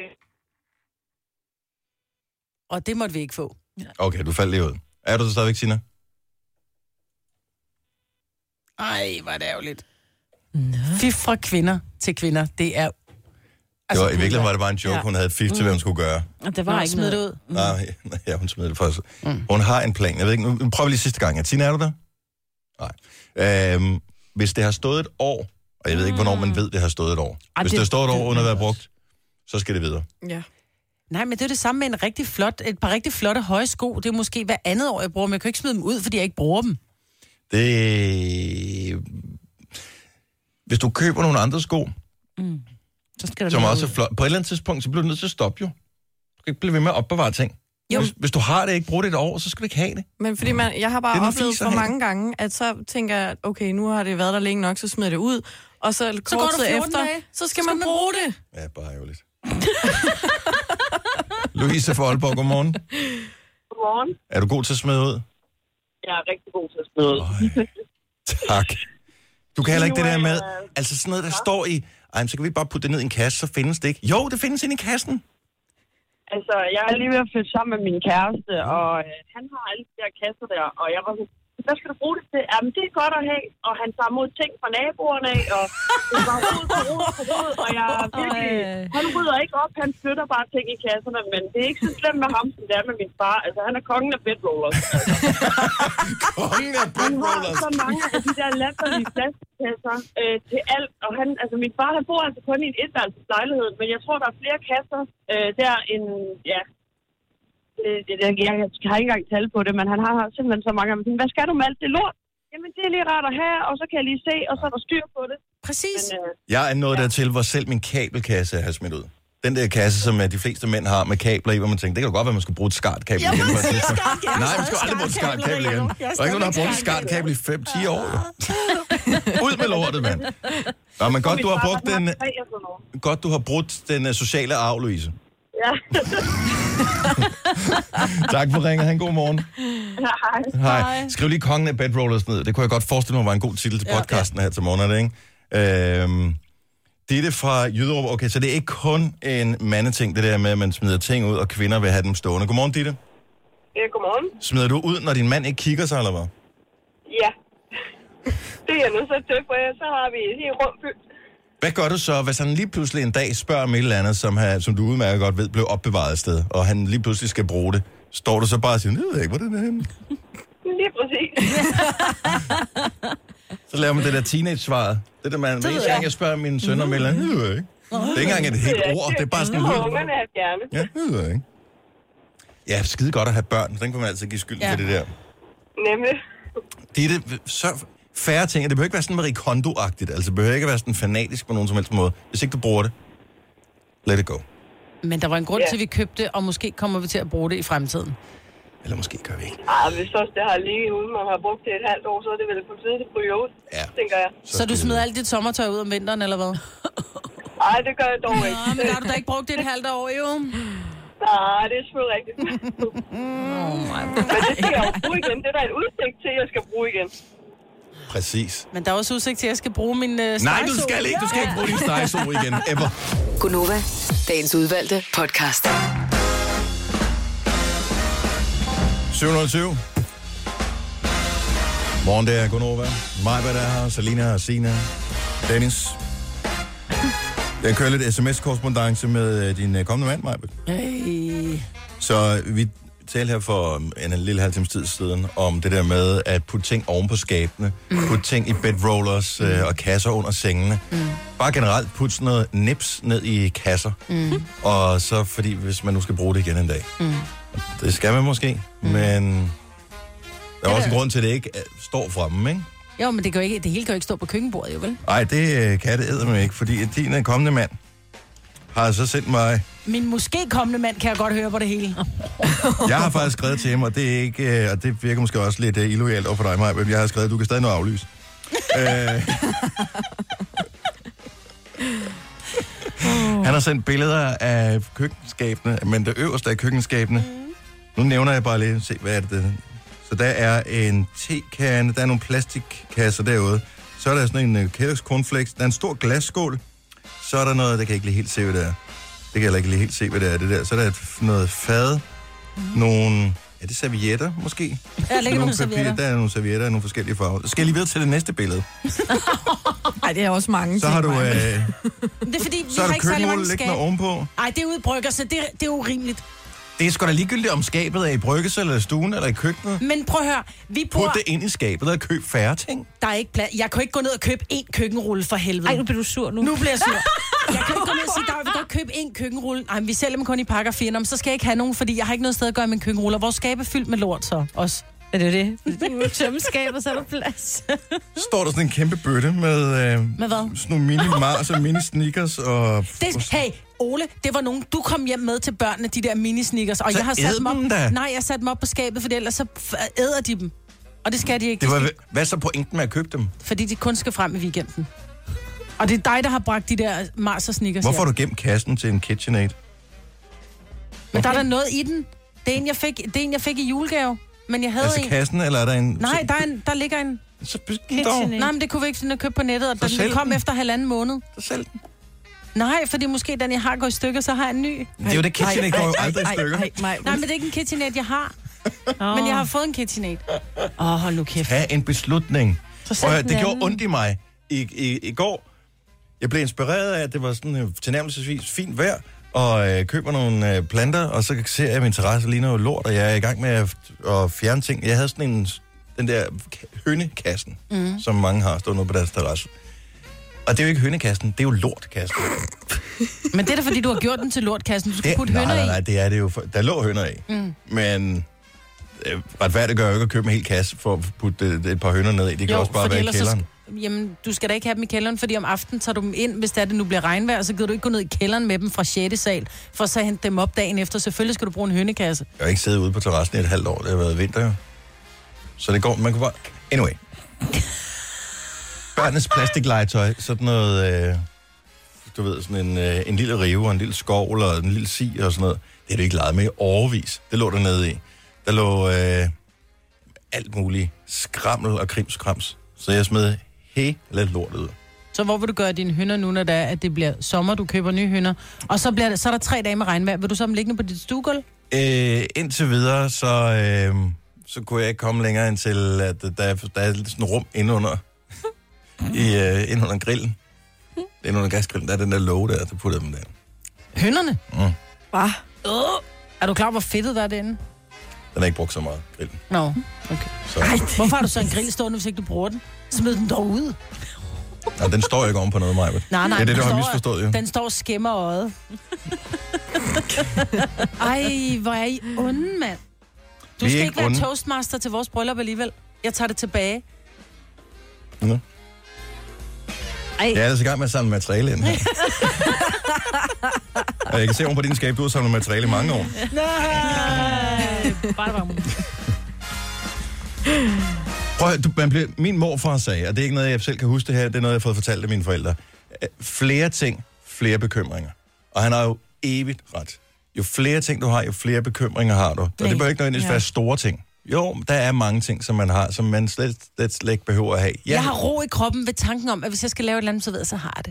Og det måtte vi ikke få. Okay, du faldt lige ud. Er du så stadigvæk, Tina? Ej, hvor er det ærgerligt. Fif fra kvinder til kvinder, det er... Altså, i virkeligheden var det bare en joke, hun havde et fif til, hvad hun skulle gøre. Og det var ikke smidt det ud. Nej, ja, hun smed det for os. Hun har en plan. Jeg ved ikke, nu prøver vi lige sidste gang. Ja, Tina, er du der? Nej. Hvis det har stået et år, og jeg ved ikke, hvornår man ved, det har stået et år. Hvis det har stået et år uden at være brugt, så skal det videre. Ja. Nej, men det er det samme med et par rigtig flotte høje sko. Det er måske hver andet år, jeg bruger, men jeg kan ikke smide dem ud, fordi jeg ikke bruger dem. Hvis du køber nogle andre sko, så skal som også er flot, på et eller andet tidspunkt, så bliver du nødt til at stoppe jo. Du kan ikke blive ved med at opbevare ting. Hvis du har det ikke brugt et år, så skal du ikke have det. Men fordi jeg har bare oplevet for mange gange, at så tænker jeg, okay, nu har det været der længe nok, så smider det ud. Og så kort tid efter, så skal man bruge det. Ja, bare ærgerligt. Louise fra Aalborg, godmorgen. Godmorgen. Er du god til at smide ud? Jeg er rigtig god til at smide ud. Tak. Du kan heller ikke det der med, altså sådan noget, der står i, så kan vi bare putte det ned i en kasse, så findes det ikke. Jo, det findes inde i kassen. Altså, jeg er lige ved at flytte sammen med min kæreste, og han har alle de der kasser der, og jeg var sådan, hvad skal du bruge det til? Jamen, det er godt at have, og han tager mod ting fra naboerne af, og det var rod på rod, og jeg er virkelig... Han rydder ikke op, han flytter bare ting i kasserne, men det er ikke så slemt med ham, som det er med min far. Altså, han er kongen af bedrollers. Kongen af bedrollers? Han har så mange af de der latterlige plastikkasser til alt, og han, altså min far, han bor altså kun i en etværelseslejlighed, men jeg tror, der er flere kasser der end, ja... Jeg har ikke engang talt på det, men han har simpelthen så mange. Hvad skal du med alt det lort? Jamen, det er lige rart at have, og så kan jeg lige se, og så er der styr på det. Præcis. Men, jeg er nået dertil, hvor selv min kabelkasse har smidt ud. Den der kasse, som de fleste mænd har med kabler i, hvor man tænker, det kan godt være, man skulle bruge et skartkabel igen. Nej, man skulle aldrig bruge et skartkabel igen. Og ikke nogen har brugt et skartkabel i 5-10 år. Ud med lortet, mand. Nå, men godt, du har brugt den sociale arv, Louise. Ja. Tak for ringet. Han god morgen. Hej. Skriv lige kongen af bedrollers ned. Det kunne jeg godt forestille mig var en god titel til podcasten her til morgen, er det ikke? Ditte fra Jyderup. Okay, så det er ikke kun en mandeting, det der med, at man smider ting ud, og kvinder vil have dem stående. Godmorgen, Ditte. Ja, godmorgen. Smider du ud, når din mand ikke kigger sig, eller hvad? Ja. Det er jeg nødt til, for så har vi et helt rum fyldt. Hvad gør du så, hvis han lige pludselig en dag spørger om et eller andet, som du udmærket godt ved, blev opbevaret et sted, og han lige pludselig skal bruge det? Står du så bare og siger, jeg ved ikke, hvor det er henne? Lige præcis. Så laver man det der teenage-svaret. Det der, man hver eneste gang, jeg spørger min søn om et eller andet, det ved jeg ikke. Det er ikke engang et helt ord, det er bare sådan en lyd. Ungerne er gerne. Ja, det ved jeg ikke. Ja, skide godt at have børn, den kan man altid give skylden for det der. Nemlig. Det er det, så færre ting. Det behøver ikke være sådan Marie Kondo-agtigt. Altså, det behøver ikke være sådan fanatisk på nogen som helst måde. Hvis ikke du bruger det, let it go. Men der var en grund til, at vi købte det, og måske kommer vi til at bruge det i fremtiden. Eller måske gør vi ikke. Hvis også det har ligget ude, man har brugt det et halvt år, så er det vel på tide, det ryger ud, tænker jeg. Så du smider alt dit sommertøj ud om vinteren, eller hvad? Nej, det gør jeg dog ikke. Men har du da ikke brugt det et halvt år, jo? Nej, det er selvfølgelig rigtigt. Men det skal jeg jo bruge igen. Det er der et udsigt til, jeg skal bruge igen. Præcis. Men der er også udsigt til, at jeg skal bruge min stegesol. Nej, du skal ikke. Du skal ikke bruge din stegesol igen. Ever. Gunova, dagens udvalgte podcast. 707. Morgen, det er Gunova. Majbert er her, Salina og Sina. Dennis. Jeg kører lidt sms-korrespondance med din kommende mand, Majbert. Hey. Så vi talte her for en lille halv times tid siden om det der med at putte ting oven på skabene, putte ting i bedrollers og kasser under sengene. Bare generelt putte sådan noget nips ned i kasser. Og så fordi, hvis man nu skal bruge det igen en dag. Det skal man måske, men der er også en grund til, at det ikke står fremme, ikke? Jo, men det hele kan jo ikke stå på køkkenbordet, jo vel? Nej, det kan det eddermame ikke, fordi din kommende mand har så sendt mig... Min måske kommende mand kan jeg godt høre på det hele. Jeg har faktisk skrevet til ham, og det er ikke, og det virker måske også lidt illoyalt over for dig, Maja, men jeg har skrevet, at du kan stadig nå aflyse. Han har sendt billeder af køkkenskabene, men det øverste af køkkenskabene. Nu nævner jeg bare lige, se hvad er det. Så der er en tekande, der er nogle plastikkasser derude. Så er der sådan en Kellogg's Cornflakes, der er en stor glasskål. Så er der noget, der kan jeg ikke lige helt se, hvad det er. Det kan jeg ikke lige helt se, hvad det er, det der. Så er der noget fad, nogle... Er det servietter, måske? Der ligger nogle servietter. Der er nogle servietter i nogle forskellige farver. Så skal jeg lige videre til det næste billede. Nej, det er også mange. Så har du... Det er fordi, vi har ikke særlig mange skab. Liggende ovenpå. Nej, det er ude i brygger, så det er urimeligt. Det er sgu da ligegyldigt, om skabet er i brygges, eller i stuen, eller i køkkenet. Men prøv at høre, vi bor... Put det ind i skabet og køb færre ting. Der er ikke plads. Jeg kan ikke gå ned og købe én køkkenrulle for helvede. Ej, nu bliver du sur nu. Nu bliver jeg sur. Jeg kan ikke gå ned og sige, der vil godt købe én køkkenrulle. Nej, men vi sælger dem kun i pakker 4. Så skal jeg ikke have nogen, fordi jeg har ikke noget sted at gøre med en køkkenrulle. Vores skab er fyldt med lort, så også. Er det det? Du tømmer skabet, så er der plads. Står der sådan en kæmpe bøtte med hvad? Sådan nogle mini-Mars og mini-sneakers og... Hey, Ole, det var nogen, du kom hjem med til børnene, de der mini-sneakers. Og så jeg har sat dem op. Da. Nej, jeg satte dem op på skabet, for ellers så æder de dem. Og det skal de ikke. Hvad er så pointen med at købe dem? Fordi de kun skal frem i weekenden. Og det er dig, der har bragt de der Mars og sneakers. Hvorfor har du gemt kassen til en KitchenAid? Men der er der noget i den. Det er en, jeg fik i julegave. Men jeg havde altså en... kassen, eller er der en... Nej, der ligger en... Så KitchenAid. Nej, men det kunne vi ikke sådan at købe på nettet, og den kom efter 1,5 måned. Så sælg den. Nej, fordi måske den, jeg har, går i stykker, så har jeg en ny. Det er jo det, KitchenAid går jo aldrig i stykker. Nej, men det er ikke en KitchenAid, jeg har. Men jeg har fået en KitchenAid. Hold nu kæft. Ha' en beslutning. Det gjorde ondt i mig i går. Jeg blev inspireret af, at det var sådan tilnærmelsesvis fint vejr, og køber nogle planter, og så ser jeg, at min terrasse ligner jo lort, og jeg er i gang med at fjerne ting. Jeg havde sådan den der hønekassen, som mange har stået på deres terrasse. Og det er jo ikke hønekassen, det er jo lortkassen. Men det er da, fordi du har gjort den til lortkassen. Du skal putte hønner i. Nej, det er det jo. Der lå hønner i. Men retfærdigt gør jeg jo ikke at købe en hel kasse for at putte et par hønner ned i. Det kan også bare være i kælderen. Jamen, du skal da ikke have dem i kælderen, fordi om aftenen tager du dem ind, hvis det nu bliver regnvejr, så gider du ikke gå ned i kælderen med dem fra 6. sal, for så hente dem op dagen efter. Selvfølgelig skal du bruge en hønnekasse. Jeg har ikke siddet ude på terrassen i et halvt år. Det har været vinter jo. Så det går, man kan bare... Anyway. Børnenes plastiklegetøj, sådan noget, du ved, sådan en lille rive og en lille skovl og en lille si og sådan noget. Det er du ikke leget med i årevis. Det lå der nede i. Der lå alt muligt skrammel og krimskrams. Så jeg smed helt lort ud. Så hvor vil du gøre dine hønner nu, når det er, at det bliver sommer, du køber nye hønner, og så er der 3 dage med regnvejr. Vil du så dem liggende på dit stuegulv? Indtil videre, så kunne jeg ikke komme længere ind til, at der er sådan en rum indunder under grillen. Indunder gasgrillen, der er den der låge der putter dem der. Hønnerne? Hvad? Er du klar, hvor fedtet der er derinde? Den er ikke brugt så meget, grillen. Nå, okay. Så. Hvorfor har du så en grill stående, hvis ikke du bruger den? Smid den dog ud. Nej, den står ikke oven på noget, Maja. Nej, det er det, du har misforstået, jo. Den står og skæmmer øjet. Ej, hvor er I onde, mand. Du skal ikke være toastmaster til vores bryllup alligevel. Jeg tager det tilbage. Nå. Ej. Jeg er altså i gang med at samle materiale ind her. Og jeg kan se oven på din skab, du har samlet materiale i mange år. Nej. Bare Prøv at, min morfar sagde, og det er ikke noget, jeg selv kan huske det her, det er noget, jeg har fået fortalt af mine forældre. Flere ting, flere bekymringer. Og han har jo evigt ret. Jo flere ting, du har, jo flere bekymringer har du. Og det bør ikke nødvendigvis være store ting. Jo, der er mange ting, som man har, som man slet ikke behøver at have. Jeg har ro i kroppen ved tanken om, at hvis jeg skal lave et eller andet, så ved jeg, så har jeg det.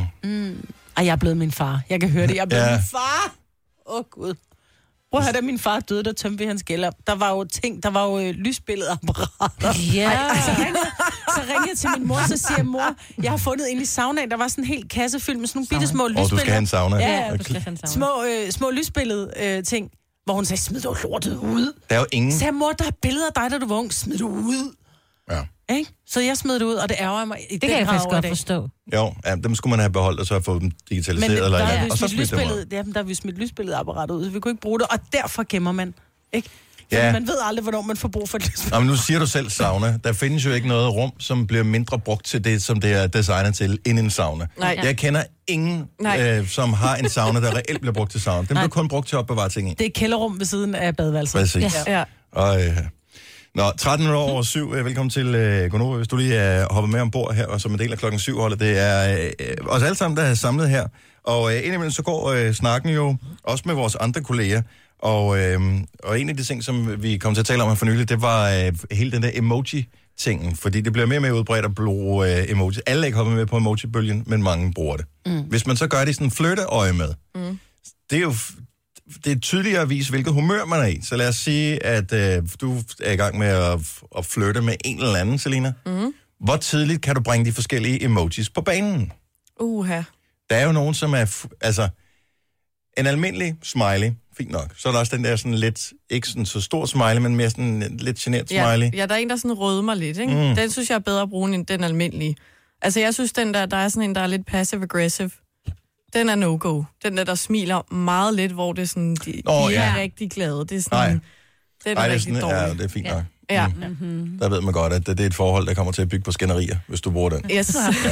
Og jeg er blevet min far. Jeg kan høre det. Jeg er blevet min far. Gud. Prøv at høre, da min far døde, der tømte vi hans kælder. Der var jo lysbilledapparater. Ja. Så ringede jeg til min mor, så siger jeg, mor, jeg har fundet ind i saunaen, der var sådan en hel kasse fyldt med sådan nogle bitte små lysbilleder. Og du skal have en sauna. Ja, du skal have en sauna. Små lysbillede ting, hvor hun sagde, smid du lortet ud. Der er jo ingen... Så sagde mor, der er billeder af dig, da du var ung. Smid du ud. Ja. Ikke? Så jeg smed det ud, og det ærger mig. Det kan jeg faktisk godt forstå. Jo, ja, dem skulle man have beholdt, og så have fået dem digitaliseret. Men eller der og så smidt dem ud. Ja, der har vi smidt lysbilledapparatet ud, så vi kunne ikke bruge det, og derfor gemmer man. Ikke? Ja. Man ved aldrig, hvornår man får brug for et lysbillede. Nå, men nu siger du selv sauna. Der findes jo ikke noget rum, som bliver mindre brugt til det, som det er designet til, end en sauna. Nej. Jeg kender ingen, som har en sauna, der reelt bliver brugt til sauna. Den bliver kun brugt til at opbevare ting i. Det er et kælderrum ved siden af badeværelset. Præcis. Ja. Og, Nå, 13 over 7. Velkommen til Gonova, hvis du lige er hoppet med ombord her, og som en del af klokken 7-holdet. Det er os alle sammen, der er samlet her. Og indimellem så går snakken jo også med vores andre kolleger. Og en af de ting, som vi kom til at tale om her for nylig, det var hele den der emoji-tingen. Fordi det bliver mere og mere udbredt at bruge emoji. Alle er ikke hoppet med på emoji-bølgen, men mange bruger det. Hvis man så gør det i sådan en flytteøje med, det er jo... Det er tydeligere at vise, hvilket humør man er i. Så lad os sige, at du er i gang med at flytte med en eller anden, Selina. Hvor tidligt kan du bringe de forskellige emojis på banen? Der er jo nogen, som er... Altså, en almindelig smiley, fint nok. Så er der også den der sådan lidt... Ikke sådan så stor smiley, men mere sådan lidt genert smiley. Ja, der er en, der sådan rødmer lidt, ikke? Den synes jeg er bedre at bruge end den almindelige. Altså, jeg synes, der er sådan en, der er lidt passive-aggressive. Den er no-go. Den der smiler meget lidt, hvor det er sådan, de er rigtig glade. Det er sådan, den er rigtig dårlig. Ja, det er fint nok. Ja. Der ved man godt, at det er et forhold, der kommer til at bygge på skænderier, hvis du bruger den. Yes.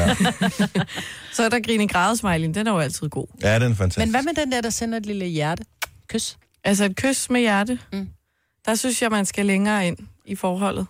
Så er der grine-græde-smileyen. Den er jo altid god. Ja, den er fantastisk. Men hvad med den der sender et lille hjerte? Kys? Altså et kys med hjerte. Der synes jeg, man skal længere ind i forholdet.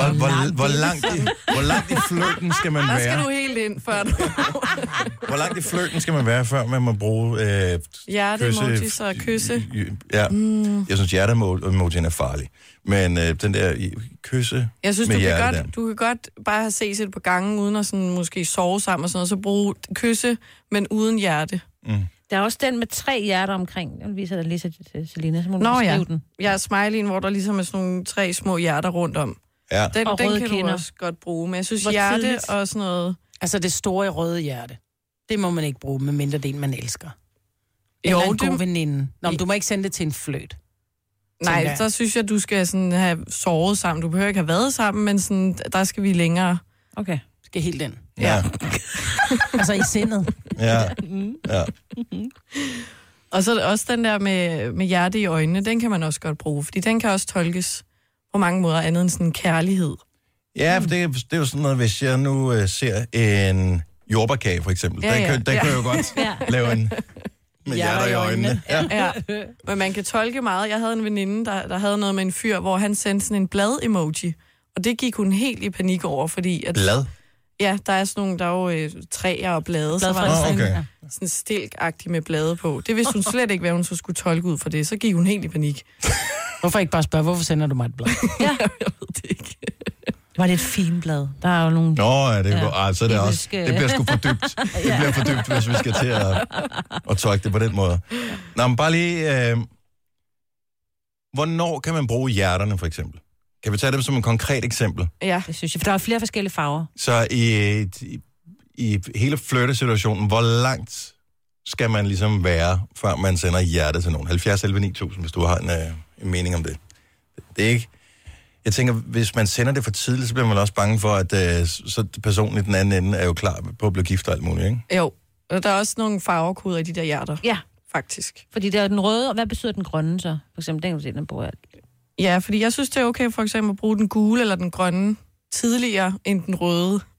Hvor langt i flirten skal man være? Der skal du helt ind før du... Hvor langt i flirten skal man være, før man må bruge hjerte-emojis og kysse? Ja, jeg synes hjerte-emojien er farlig. Men den der kysse jeg synes, med hjerte du kan godt bare have set det på gangen, uden at sådan, måske sove sammen og sådan noget, så bruge kysse, men uden hjerte. Der er også den med 3 hjerter omkring. Jeg viser dig lige til Selina, så må du skrive den. Ja, smileyen, hvor der ligesom er sådan nogle 3 små hjerter rundt om. Ja. Den kan du også godt bruge, men jeg synes hjerte og sådan noget... Altså det store røde hjerte, det må man ikke bruge, medmindre det er en, man elsker. Jo, en god veninde. Nå, men du må ikke sende det til en fløjt. Nej, så synes jeg, du skal sådan have sovet sammen. Du behøver ikke have været sammen, men sådan, der skal vi længere. Okay. Skal helt ind. Ja. Altså i sindet. Ja. Og så også den der med hjerte i øjnene, den kan man også godt bruge, fordi den kan også tolkes på mange måder andet end sådan kærlighed. Ja, for det er jo sådan noget, hvis jeg nu ser en jordbærkage for eksempel. Den kan jeg jo godt lave en... Med hjerter i øjnene. Ja. Men man kan tolke meget. Jeg havde en veninde, der havde noget med en fyr, hvor han sendte sådan en blad-emoji. Og det gik hun helt i panik over, fordi... At, blad? Ja, der er sådan nogle, der er jo træer og blade. Så var der sådan stilkagtigt med blade på. Det vidste hun slet ikke, hvad hun så skulle tolke ud for det. Så gik hun helt i panik. Hvorfor ikke bare spørge, hvorfor sender du mig et blad? Ja, jeg ved det ikke. Var det et fint blad? Der er jo nogle... Nå, ja, det så er det også... Det bliver sgu for dybt. Det bliver for dybt, hvis vi skal til at tolke det på den måde. Nå, men bare lige... hvornår kan man bruge hjerterne, for eksempel? Kan vi tage dem som et konkret eksempel? Ja. Det synes jeg, for der er flere forskellige farver. Så i hele flirtesituationen, hvor langt skal man ligesom være, før man sender hjerte til nogen? 70 11 9000, hvis du har en mening om det. Det er ikke... Jeg tænker, hvis man sender det for tidligt, så bliver man også bange for, at så personen i den anden ende er jo klar på at blive gift og alt muligt, ikke? Jo, og der er også nogle farvekoder i de der hjerter. Ja. Faktisk. Fordi der er den røde, og hvad betyder den grønne så? For eksempel, den kan du se, den bruger alt. Ja, fordi jeg synes, det er okay for eksempel at bruge den gule eller den grønne tidligere end den røde.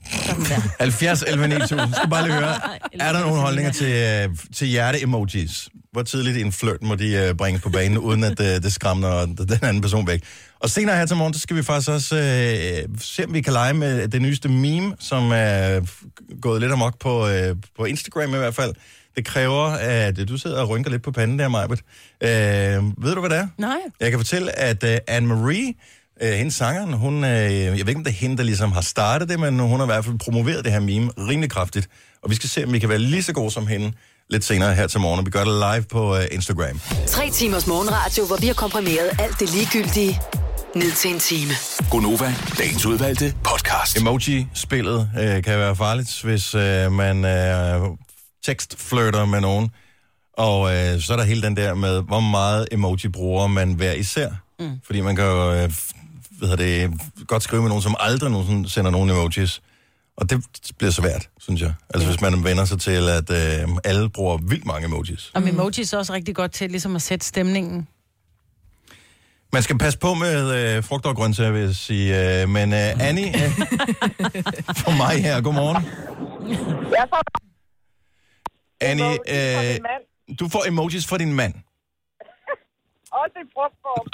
Sådan der. 70 11 9000. Jeg skal bare lige høre, er der nogle holdninger til hjerte-emojis? Hvor tidligt i en flirt må de bringes på banen, uden at det skræmmer den anden person væk? Og senere her til morgen, så skal vi faktisk også se, om vi kan lege med det nyeste meme, som er gået lidt amok på Instagram i hvert fald. Det kræver, at du sidder og rynker lidt på panden der, Majbert. Ved du, hvad det er? Nej. Jeg kan fortælle, at Anne-Marie, hendes sangeren, hun, jeg ved ikke, om det er hende, der ligesom har startet det, men hun har i hvert fald promoveret det her meme rimelig kraftigt. Og vi skal se, om vi kan være lige så gode som hende lidt senere her til morgen, og vi gør det live på Instagram. 3 timers morgenradio, hvor vi har komprimeret alt det ligegyldige ned til en time. Gonova, dagens udvalgte podcast. Emoji-spillet kan være farligt, hvis man tekstflirter med nogen. Og så er der hele den der med, hvor meget emoji bruger man hver især. Fordi man kan jo godt skrive med nogen, som aldrig nogensinde sender nogen emojis. Og det bliver svært, synes jeg. Altså hvis man vender sig til, at alle bruger vildt mange emojis. Og emojis er også rigtig godt til ligesom at sætte stemningen. Man skal passe på med frugt og grøntsager, vil jeg sige. Men Annie, for mig her, godmorgen. Jeg får Annie, fra min mand. du får emojis fra din mand. Også i frugtform.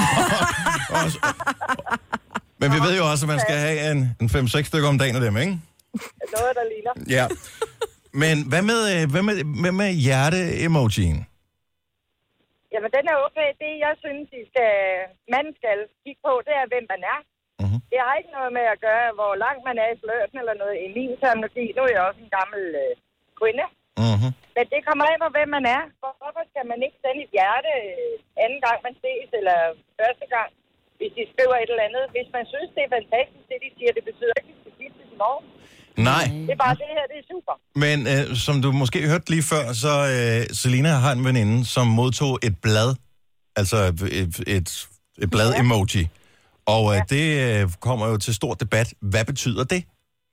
Men vi ved jo også, at man skal have en 5-6 stykker om dagen af dem, ikke? Noget, der ligner. Ja. Men hvad med hjerte-emojien? Jamen, den er okay. Det, jeg synes, man skal kigge på, det er, hvem man er. Mm-hmm. Det har ikke noget med at gøre, hvor langt man er i flirten eller noget. I min terminologi, nu er jeg også en gammel kvinde. Mm-hmm. Men det kommer af på, hvem man er. Hvorfor skal man ikke sende et hjerte anden gang, man ses, eller første gang, hvis de skriver et eller andet? Hvis man synes, det er fantastisk, det de siger, det betyder ikke, at de skal skifte til morgen. Nej. Det er bare det her, det er super. Men som du måske hørte lige før, så Selina har en veninde, som modtog et blad. Altså et blad-emoji. Og det kommer jo til stor debat. Hvad betyder det?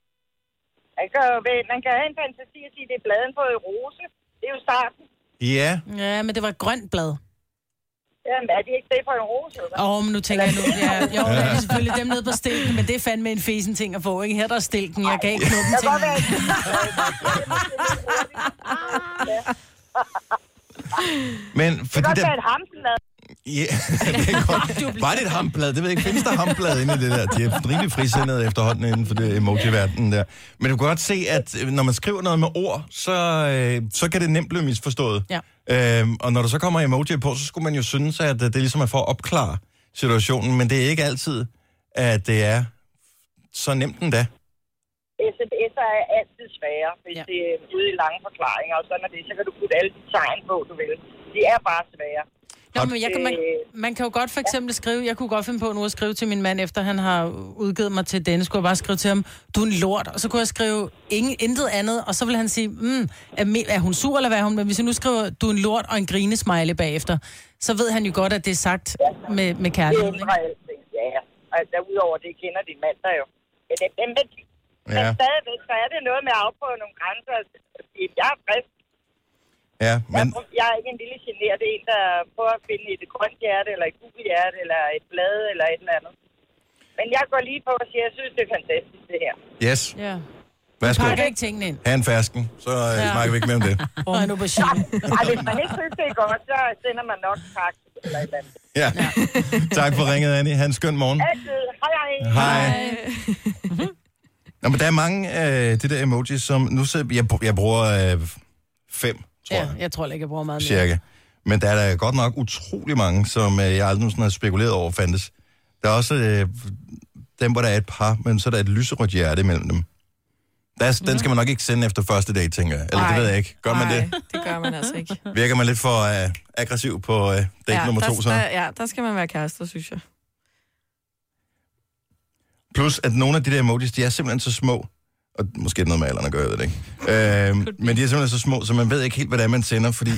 Man kan have en fantasi at sige, at det er bladen på en rose. Det er jo starten. Ja. Ja, men det var et grønt blad. Jamen, er de ikke det på en rose? Men nu tænker jeg nu. Jo, det er selvfølgelig dem nede på stilken, men det er fandme en fesen ting at få, ikke? Her der er stilken, jeg kan ikke knuppe til. Men fordi det kan godt være et hamblad. Ja, det er godt. Var det et hamblad? Det ved jeg ikke. Findes der hamblad inde i det der? De er rimelig frisindede efterhånden inden for det emoji-verdenen der. Men du kan godt se, at når man skriver noget med ord, så kan det nemt blive misforstået. Ja. Og når der så kommer emoji på, så skulle man jo synes, at det ligesom er for at opklare situationen. Men det er ikke altid, at det er så nemt endda. SMS'er er altid svære, hvis det er ude i lange forklaringer, og sådan er det. Så kan du putte alle de tegn på, du vil. De er bare svære. Nå, men man kan jo godt for eksempel skrive, jeg kunne godt finde på nu at skrive til min mand, efter han har udgivet mig til Dennis, skulle jeg bare skrive til ham, du er en lort, og så kunne jeg skrive intet andet, og så vil han sige, er hun sur, eller hvad er hun, men hvis jeg nu skriver, du er en lort, og en grinesmiley bagefter, så ved han jo godt, at det er sagt med kærlighed. Det er alting, ja. Og derudover, det kender din mand der jo. Men stadigvæk, så er det noget med at afprøve nogle grænser. Jeg er frisk. Ja, men... Jeg er ikke en lille generet en, der prøver at finde et grønt hjerte, eller et gult hjerte, eller et blad, eller et eller andet. Men jeg går lige på og siger, jeg synes, det er fantastisk, det her. Yes. Ja. Værsgo. Pakker ikke tingene ind. Ha' en fersken, så snakker vi ikke mere om det. Nu på Chile. Hvis man ikke synes, det er godt, så sender man nok tak eller et eller andet. Ja. Tak for ringet, Annie. Ha' en skøn morgen. Altid. Hej. Hej. Nå, men der er mange af de der emojis, som... Nu jeg bruger 5, tror jeg. Ja, jeg tror ikke, jeg bruger meget mere. Cirka. Men der er da godt nok utrolig mange, som jeg aldrig nogensinde har spekuleret over fandtes. Der er også dem, hvor der er et par, men så er der et lyserødt hjerte mellem dem. Den skal man nok ikke sende efter første date, tænker jeg. Eller det ved jeg ikke. Gør man det? Det gør man altså ikke. Virker man lidt for aggressiv på date nummer 2, så? Der skal man være kærester, synes jeg. Plus, at nogle af de der emojis, de er simpelthen så små. Og måske er det noget med alderen at gøre, det ikke. Men de er simpelthen så små, så man ved ikke helt, hvad det er, man sender, fordi...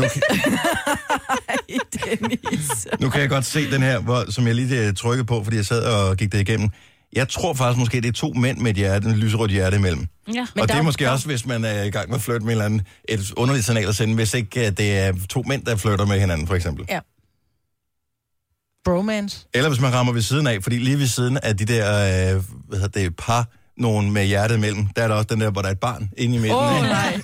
Nu kan jeg godt se den her, som jeg lige trykkede på, fordi jeg sad og gik det igennem. Jeg tror faktisk måske, det er 2 mænd med et lyserødt hjerte imellem. Ja, og det er måske også, hvis man er i gang med at flirte med en eller anden, et underligt signal at sende, hvis ikke det er 2 mænd, der flirter med hinanden, for eksempel. Ja. Bromance. Eller hvis man rammer ved siden af, fordi lige ved siden af de der par nogen med hjertet imellem. Der er der også den der, hvor der er et barn inde i midten. Nej.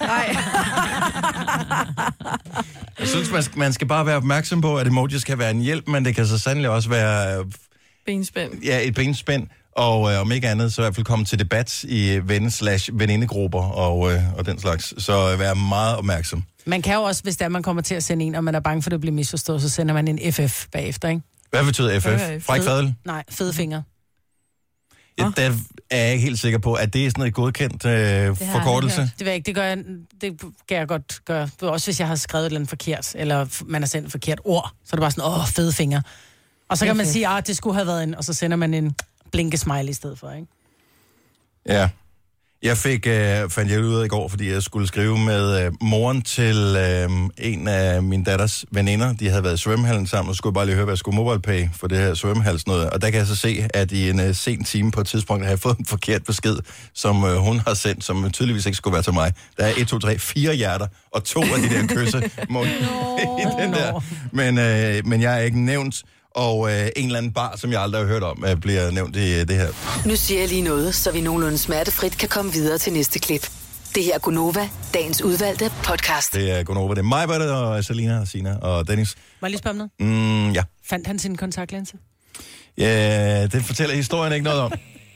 Jeg synes, man skal bare være opmærksom på, at emojis kan være en hjælp, men det kan så sandelig også være... benspænd. Ja, et benspænd. Og om ikke andet, så i hvert fald komme til debat i vennegrupper og den slags. Så vær meget opmærksom. Man kan jo også, hvis man kommer til at sende en, og man er bange for, at det bliver misforstået, så sender man en FF bagefter, ikke? Hvad betyder FF? Fræk fadel? Nej, fede fingre. Ja, der er jeg ikke helt sikker på, at det er sådan et godkendt forkortelse. Det ved jeg ikke, det kan jeg godt gøre. Også hvis jeg har skrevet et eller andet forkert, eller man har sendt et forkert ord, så er det bare sådan, fede fingre. Og så kan man sige, det skulle have været en, og så sender man en blinkesmiley i stedet for, ikke? Ja. Jeg fandt jeg ud af i går, fordi jeg skulle skrive med moren til en af min datters veninder. De havde været i svømmehallen sammen, og skulle bare lige høre, hvad jeg skulle MobilePay for det her svømmehalsnød. Og der kan jeg så se, at i en sen time på et tidspunkt har jeg fået en forkert besked, som hun har sendt, som tydeligvis ikke skulle være til mig. Der er 1, 2, 3, 4 hjerter, og 2 af de der kysse i den der. Men jeg er ikke nævnt. Og en eller anden bar, som jeg aldrig har hørt om, bliver nævnt i det her. Nu siger jeg lige noget, så vi nogenlunde smertefrit kan komme videre til næste klip. Det her er Gunova, dagens udvalgte podcast. Det er Gunova, det er mig, Bette, og Selina, og Sina og Dennis. Må jeg lige spørge noget? Ja. Fandt han sin kontaktlinse? Ja, det fortæller historien ikke noget om.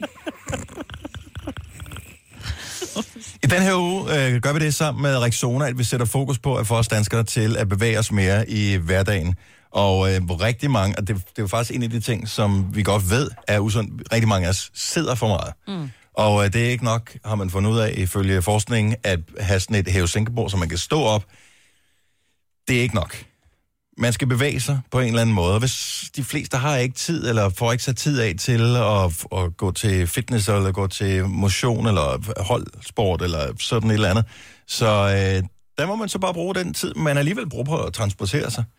I den her uge gør vi det sammen med Rexona, at vi sætter fokus på at få os danskere til at bevæge os mere i hverdagen. Og hvor rigtig mange, og det er jo faktisk en af de ting, som vi godt ved er usundt, rigtig mange af os sidder for meget. Og det er ikke nok, har man fundet ud af ifølge forskningen, at have sådan et hæve-sænkebord, så man kan stå op. Det er ikke nok. Man skal bevæge sig på en eller anden måde. Hvis de fleste har ikke tid, eller får ikke så tid af til at gå til fitness, eller gå til motion, eller holdsport, eller sådan et eller andet. Så der må man så bare bruge den tid, man alligevel bruger på at transportere sig.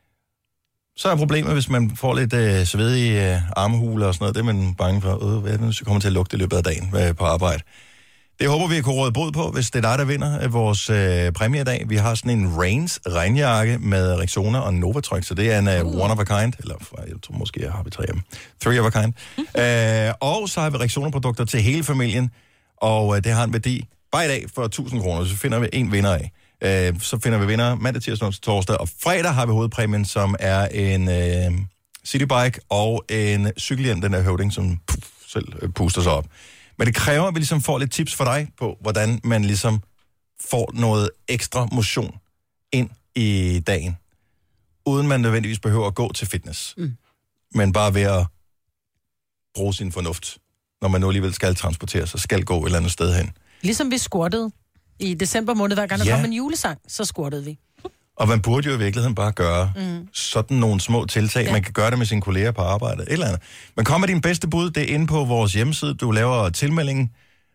Så er problemet, hvis man får lidt svedige armhuler og sådan noget. Det er man bange for. Hvad hvis vi kommer til at lugte i løbet af dagen på arbejde. Det håber vi at kunne råde bod på, hvis det er dig, der vinder vores præmie i dag. Vi har sådan en Rains regnjakke med Rexona og Novatryk, så det er en one of a kind. Eller jeg tror måske, har vi 3 af dem. 3 of a kind. Og så har vi Rexona-produkter til hele familien, og det har en værdi bare i dag for 1.000 kroner. Så finder vi en vinder af. Så finder vi vinder mandag, tirsdag, torsdag og fredag har vi hovedpræmien, som er en citybike og en cykelhjelm, den der høvding, som selv puster sig op. Men det kræver, at vi ligesom får lidt tips for dig på, hvordan man ligesom får noget ekstra motion ind i dagen, uden man nødvendigvis behøver at gå til fitness. Men bare ved at bruge sin fornuft, når man nu alligevel skal transportere sig, skal gå et eller andet sted hen. Ligesom vi squattede i december måned, hver gang der kom en julesang, så squattede vi. Og man burde jo i virkeligheden bare gøre sådan nogle små tiltag. Ja. Man kan gøre det med sine kolleger på arbejdet, eller andet. Men kom med din bedste bud, det er inde på vores hjemmeside. Du laver tilmeldingen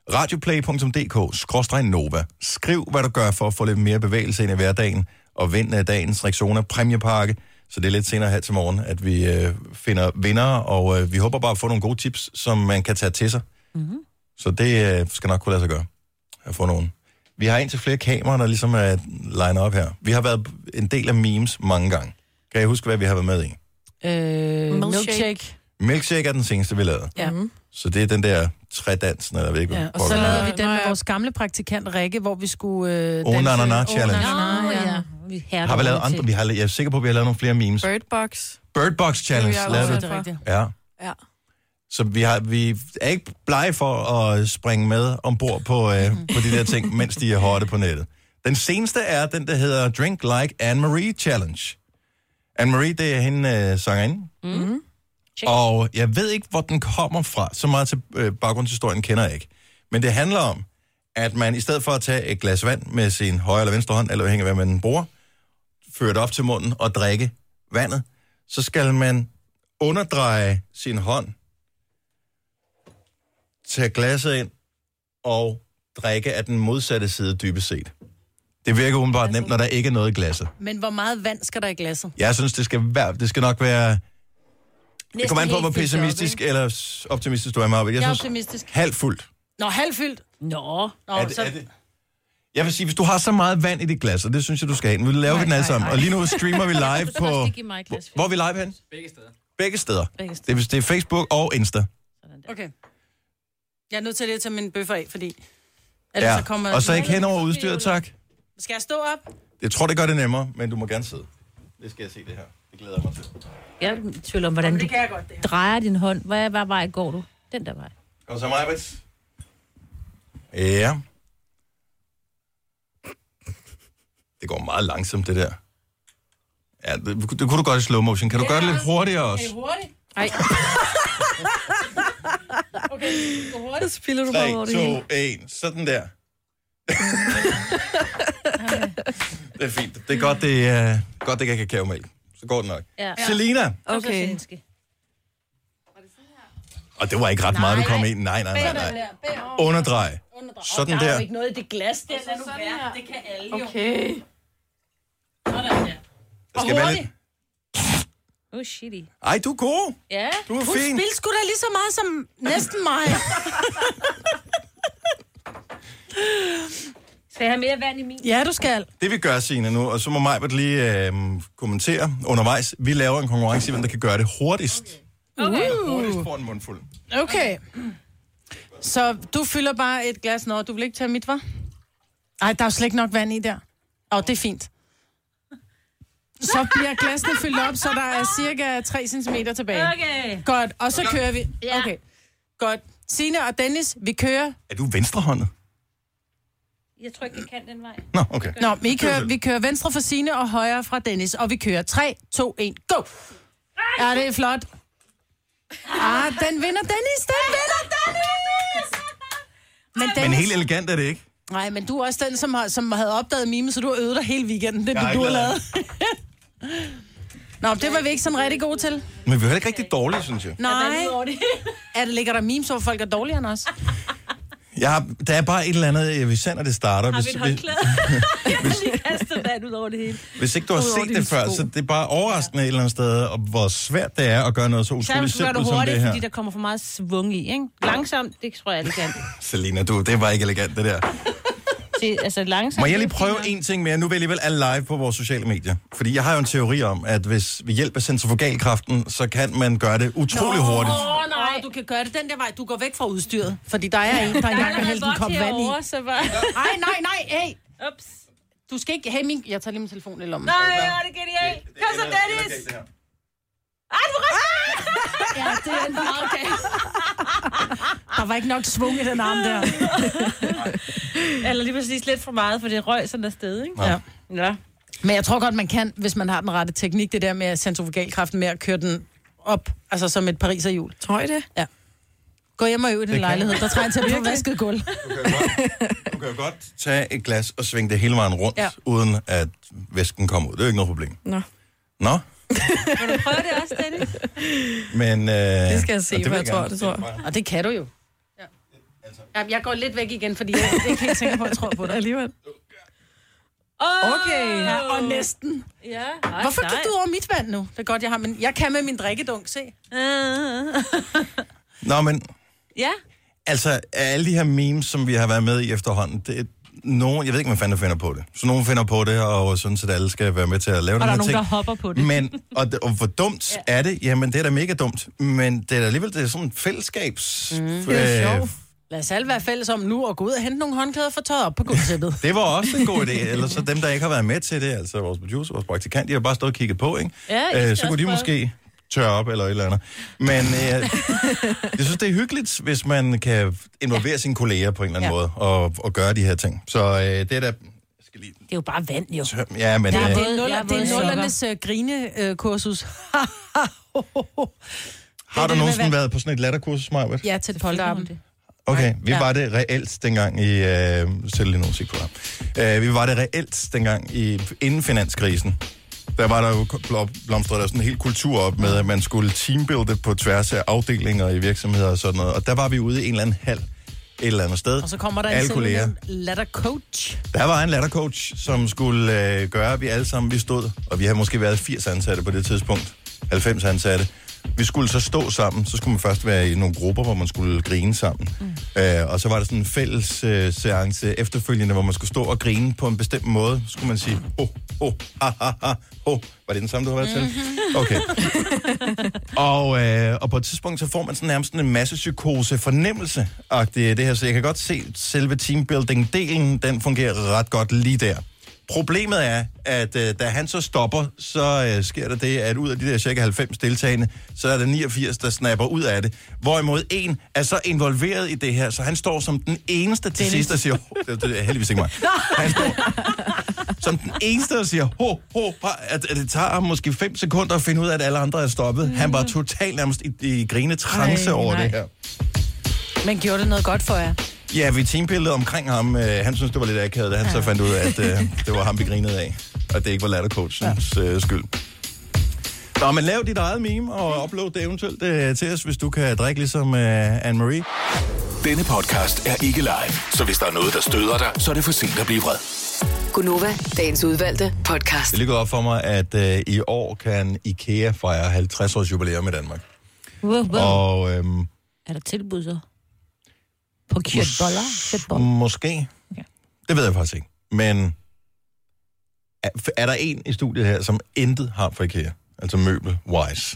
radioplay.dk/Nova. Skriv, hvad du gør for at få lidt mere bevægelse ind i hverdagen, og vind dagens Rexona præmiepakke. Så det er lidt senere her til morgen, at vi finder vindere, og vi håber bare at få nogle gode tips, som man kan tage til sig. Så det skal nok kunne lade sig gøre at få nogle. Vi har indtil flere kameraer, der ligesom er line op her. Vi har været en del af memes mange gange. Kan jeg huske, hvad vi har været med i? Milkshake. Milkshake er den seneste, vi lavede. Ja. Så det er den der trædansen, eller ved ikke, ja. Og så lavede vi den med vores gamle praktikant Rikke, hvor vi skulle danse. Onanana challenge. Har vi lavet andre? Jeg er sikker på, at vi har lavet nogle flere memes. Birdbox challenge. Ja. Så vi er ikke blege for at springe med ombord på de der ting, mens de er hårde på nettet. Den seneste er den, der hedder Drink Like Anne-Marie Challenge. Anne-Marie, det er hende sangerinde. Og jeg ved ikke, hvor den kommer fra. Så meget til baggrundshistorien kender jeg ikke. Men det handler om, at man i stedet for at tage et glas vand med sin højre eller venstre hånd, eller afhængig af hvad man bruger, føre det op til munden og drikke vandet, så skal man underdreje sin hånd, tage glasset ind og drikke af den modsatte side dybest set. Det virker umiddelbart nemt, når der ikke er noget i glasset. Men hvor meget vand skal der i glasset? Jeg synes, det skal nok være. Det kommer an på, hvor pessimistisk eller optimistisk du er, Marvind. Jeg synes, optimistisk. Halvt fuldt. Nå, halvfyldt? Jeg vil sige, hvis du har så meget vand i dit glas, og det synes jeg, du skal have. Vi vil lave den alle sammen. Og lige nu streamer vi live på. Hvor er vi live hen? Begge steder. Det er Facebook og Insta. Okay. Jeg er nødt til at tage min bøffer af, fordi... Ja, så kommer... og så ikke hen over udstyret, tak. Skal jeg stå op? Jeg tror, det gør det nemmere, men du må gerne sidde. Det skal jeg se det her. Det glæder jeg mig til. Jeg tvivler om, hvordan du drejer din hånd. Hvad vej går du? Den der vej. Kom så, Majbrit. Ja. Det går meget langsomt, det der. Ja, det kunne du godt i slow motion. Kan du gøre det lidt hurtigere også? Er I hurtigt? Nej. Okay, gå hurtigt. Så spiller du bare over det 3, 2, 1. Sådan der. Det er fint. Det er godt, det ikke er kakaomælk. Så går det nok. Ja. Selina. Okay. Og det var ikke ret meget, du kom ind. Nej. Underdrej. Sådan Der er der. jo ikke noget i det glas. Det er nu værd. Det kan alle jo. Okay. Sådan der. Der skal være lidt... Shitty. Ej, du er god. Ja. Du er Hun fin. spiller sgu da lige så meget som næsten mig. Skal jeg have mere vand i min? Ja, du skal. Det vi gør, Signe, nu, og så må Majbert lige kommentere undervejs. Vi laver en konkurrence i, hvem der kan gøre det hurtigst. Hurtigst får en mundfuld. Okay. Så du fylder bare et glas når du vil ikke tage mit, hva'? Ej, der er jo slet ikke nok vand i der. Det er fint. Så bliver glasene fyldt op, så der er cirka 3 cm tilbage. Okay. Godt, og så kører vi. Okay, godt. Signe og Dennis, vi kører. Er du venstrehåndet? Jeg tror ikke, jeg kan den vej. Nå, okay. Nå, vi kører venstre for Signe og højre fra Dennis. Og vi kører 3, 2, 1, go! Ja, det er flot. Den vinder Dennis! Men helt elegant er det ikke. Nej, men du er også den, som havde opdaget mime, så du har øvet dig hele weekenden. Det er det, du har lavet. Nå, det var vi ikke sådan rigtig gode til. Men vi er ikke rigtig dårlige, synes jeg. Nej. Ligger der memes, hvor folk er dårligere end os? Der er bare et eller andet, hvis det starter. Har vi et håndklæde? Jeg vil lige kaste vand ud over det hele. Hvis ikke du har set det før, så det er bare overraskende et eller andet sted, og hvor svært det er at gøre noget så utroligt simpelt som det her. Fordi der kommer for meget svung i, ikke? Langsomt, det tror jeg er elegant. Selina, det var ikke elegant, det der. Altså langsomt. Må jeg lige prøve en ting mere? Nu er vi alligevel alle live på vores sociale medier. Fordi jeg har jo en teori om, at hvis vi hjælper centrifugalkraften, så kan man gøre det utrolig hurtigt. Nej, du kan gøre det den der vej. Du går væk fra udstyret. Fordi der er en, der engang har hældt en kop vand i. Nej, hey. Ups. Du skal ikke have min... Jeg tager lige min telefon i lommen. Nej, det er genialt. Kom så, Dennis. Du ryster! Ja, det er meget okay. Der var ikke nok svung i den arm der. Eller lige præcis lidt for meget, for det røg sådan der sted, ikke? Ja. Men jeg tror godt, man kan, hvis man har den rette teknik, det der med centrifugalkraften med at køre den op, altså som et pariserhjul. Tror I det? Ja. Gå hjem og øv i din lejlighed. Der trænger til at få vasket gulv. Du kan jo godt tage et glas og svinge det hele vejen rundt, uden at væsken kommer ud. Det er jo ikke noget problem. Nå? Vil du prøve det også, Dennis? Men, det skal jeg se, hvad jeg tror, det tror. Og det kan du jo. Ja. Jeg går lidt væk igen, fordi jeg er ikke helt sikker på, at jeg tror på det alligevel. Okay. Ja, og næsten. Ja. Hvorfor gik du over mit vand nu? Det er godt, jeg har, men jeg kan med min drikkedunk, se. Nå, men... Ja. Altså, alle de her memes, som vi har været med i efterhånden, det er nogen, jeg ved ikke, hvad fanden der finder på det. Så nogen finder på det, og sådan set alle skal være med til at lave den her ting. Og der er nogen, der hopper på det. Men, og hvor dumt er det? Jamen, det er da mega dumt. Men det er alligevel det er sådan et fællesskabs... Det er sjovt. Lad os alle være fælles om nu og gå ud og hente nogle håndklæder for tøjet op på gulvtæppet. Det var også en god idé. Ellers så dem, der ikke har været med til det, altså vores producer, vores praktikant, de har bare stået og kigget på, ikke? Ja, så kunne de måske tørre op eller et eller andet. Men jeg synes, det er hyggeligt, hvis man kan involvere sine kolleger på en eller anden måde og gøre de her ting. Så det er da... Det er jo bare vand, jo. Ja, men... det er nullernes grinekursus. Har du nogensinde været på sådan et latterkursus, Majbert? Ja, til et polterappen. Okay, vi var det reelt dengang i... Sæt lige noget musik på ham. Vi var det reelt dengang inden finanskrisen. Der var der jo blomstret der sådan en hel kultur op med, at man skulle teambuilde på tværs af afdelinger i virksomheder og sådan noget. Og der var vi ude i en eller anden hal et eller andet sted. Og så kommer der en lattercoach. Der var en lattercoach, som skulle gøre, at vi alle sammen, vi stod, og vi havde måske været 80 ansatte på det tidspunkt, 90 ansatte. Vi skulle så stå sammen, så skulle man først være i nogle grupper, hvor man skulle grine sammen. Og så var der sådan en fælles seance efterfølgende, hvor man skulle stå og grine på en bestemt måde. Så skulle man sige, Var det den samme, du har været til? Okay. Og på et tidspunkt, så får man sådan nærmest en masse psykose fornemmelse af det her. Så jeg kan godt se, selve teambuilding-delen, den fungerer ret godt lige der. Problemet er, at da han så stopper, så sker der det, at ud af de der cirka 90 deltagende, så er der 89, der snapper ud af det. Hvorimod en er så involveret i det her, så han står som den eneste til sidst og siger, det er heldigvis ikke mig. Han står som den eneste, der siger, at det tager ham måske 5 sekunder at finde ud af, at alle andre er stoppet. Han var totalt nærmest i grinetrance over det her. Men gjorde det noget godt for jer? Ja, vi teambillede omkring ham. Han synes, det var lidt akavet, da han så fandt ud af, at det var ham, vi grinede af. Og det ikke var lattercoachens skyld. Nå, men lav dit eget meme og upload det eventuelt til os, hvis du kan drikke ligesom Anne-Marie. Denne podcast er ikke live, så hvis der er noget, der støder dig, så er det for sent at blive vred. Gunova, dagens udvalgte podcast. Det ligger op for mig, at i år kan IKEA fejre 50 års jubilæum i Danmark. Og er der tilbud så? På kødboller? Måske. Okay. Det ved jeg faktisk ikke. Men er der en i studiet her, som intet har for IKEA? Altså møbel-wise.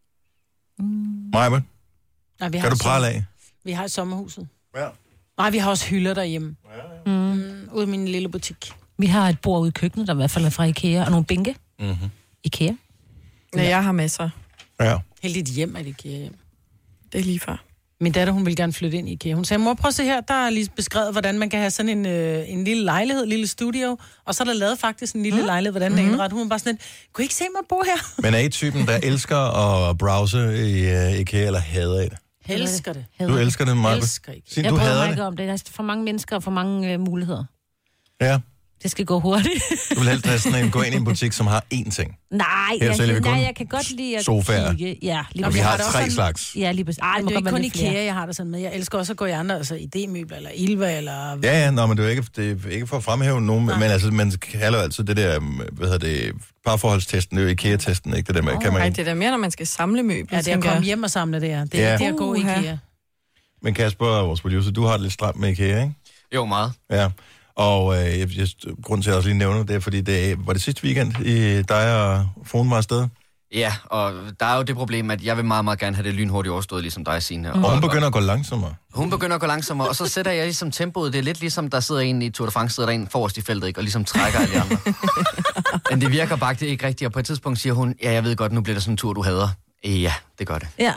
Maja, kan du prale af? Vi har et sommerhuset. Ja. Nej, vi har også hylder derhjemme. Ude i min lille butik. Vi har et bord ude i køkkenet, der i hvert fald er fra IKEA, og nogle bænke. IKEA. Ja, jeg har masser. Ja. Helt dit hjem er det IKEA hjem. Det er lige før. Min datter, hun ville gerne flytte ind i IKEA. Hun sagde, mor, prøv at se her, der er lige beskrevet, hvordan man kan have sådan en lille lejlighed, en lille studio, og så er der lavet faktisk en lille lejlighed, hvordan den er indrettet. Hun var bare sådan lidt, kunne I ikke se mig bo her? Men er I typen, der elsker at browse i IKEA, eller hader I det? Elsker det. Du elsker det, Maja? Elsker ikke. Jeg bryder mig ikke om det. Der er for mange mennesker og for mange muligheder. Ja. Det skal gå hurtigt. Du vil helst have sådan gå ind i en butik, som har én ting. Nej, jeg kan godt lide at sofaer. Kigge. Ja, og vi har 3 slags. Ja, lige præcis. Det er ikke kun IKEA, jeg har det sådan med. Jeg elsker også at gå i andre, altså ID-møbler, eller Ilva, eller... Ja, men det er ikke for at fremhæve nogen, men altså, man kalder jo altid det der, parforholdstesten, det er jo IKEA-testen, ikke det der med, kan man... Nej, det er mere, når man skal samle møbler. Ja, det er at komme hjem og samle det her. Det er det at gå i IKEA. Men Kasper, vores producer, du har det lidt stramt med IKEA, ikke? Jo, meget. Ja. Og grunden til at jeg også lige nævner det er, fordi var det sidste weekend, dig og Fone var afsted? Ja, og der er jo det problem, at jeg vil meget, meget gerne have det lynhurtigt overstået, ligesom dig, Signe. Og hun begynder at gå langsommere. Hun begynder at gå langsommere, og så sætter jeg ligesom tempoet. Det er lidt ligesom, der sidder en i Tour de France, sidder der en forrest i feltet, ikke? Og ligesom trækker alle de andre. Men det virker bare det ikke rigtigt, og på et tidspunkt siger hun, ja, jeg ved godt, nu bliver der sådan en tur, du hader. Ja, det gør det. Ja.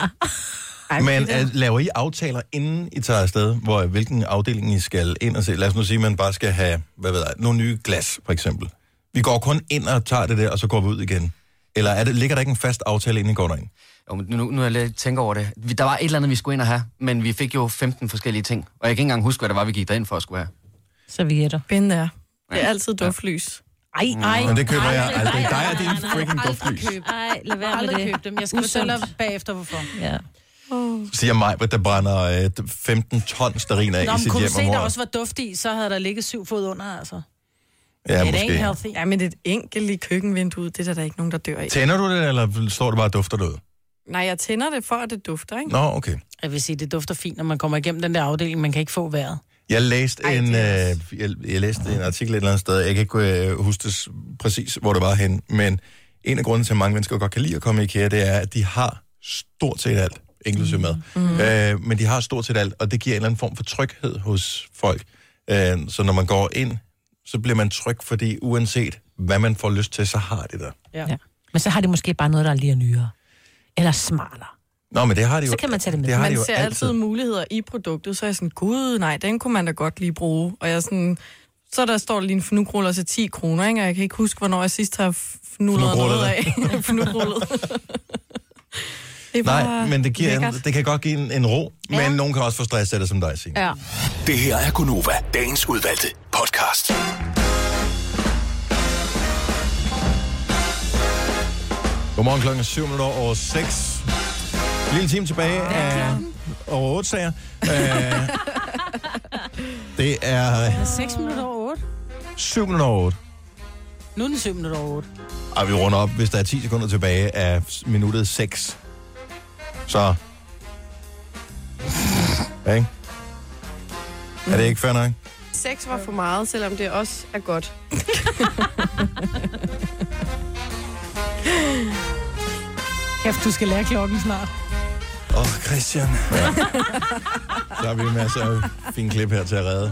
Men laver I aftaler, inden I tager afsted, hvilken afdeling I skal ind og se? Lad os nu sige, at man bare skal have, nogle nye glas, for eksempel. Vi går kun ind og tager det der, og så går vi ud igen. Eller ligger der ikke en fast aftale, inden I går derind? Jo, men nu jeg lidt tænker over det. Der var et eller andet, vi skulle ind og have, men vi fik jo 15 forskellige ting. Og jeg kan ikke engang huske, hvad det var, vi gik derind for at skulle have. Servietter. Binde der. Det er altid duftlys. Ej. Men det køber jeg aldrig. Dig er din freaking duftlys. Nej, lad være med det. Køb dem. Jeg skal fortælle dig bagefter, hvorfor. Ja. Siger mig, at der brænder 15 ton stearin af i sit hjem om året. Kunne du se, der også var duft i, så havde der ligget 7 fod under, altså. Ja, det måske. healthy. Ja, men et enkelt i køkkenvinduet, det er der ikke nogen, der dør i. Tænder du det, eller står det bare og dufter det ud? Nej, jeg tænder det for, at det dufter, ikke? Nå, okay. Jeg vil sige, det dufter fint, når man kommer igennem den der afdeling. Man kan ikke få vejret. Jeg læste jeg læste en artikel et eller andet sted. Jeg kan ikke huske det præcis, hvor det var hen. Men en af grunden til, at mange mennesker godt kan lide at komme i IKEA, det er, at de har stort set alt, inklusive mad. Men de har stort set alt, og det giver en eller anden form for tryghed hos folk. Så når man går ind, så bliver man tryg, fordi uanset hvad man får lyst til, så har de der. Ja. Men så har de måske bare noget, der er lige nyere. Eller smartere. Nå, men det har de jo. Så kan man tage det med. Man ser altid muligheder i produktet, så er jeg sådan, gud, nej, den kunne man da godt lige bruge. Og jeg sådan, så der står lige en fnugruller til 10 kroner, ikke? Og jeg kan ikke huske, hvornår jeg sidst har fnullet noget af. Fnugrullet. Nej, men det kan godt give en ro, men nogen kan også få stress af det, som dig, Signe. Ja. Det her er Gunova, dagens udvalgte podcast. Godmorgen, klokken 7:07. Lille time tilbage af over 8 sager. Det er 6 minutter over 8. 7:08. Nu er den 7 minutter over 8. Og vi runder op, hvis der er 10 sekunder tilbage af minuttet 6. Så. Okay. Er det ikke fair nok? 6 var for meget, selvom det også er godt. Kæft, du skal lære klokken snart. Christian. Ja. Så har vi masser af fine klip her til at redde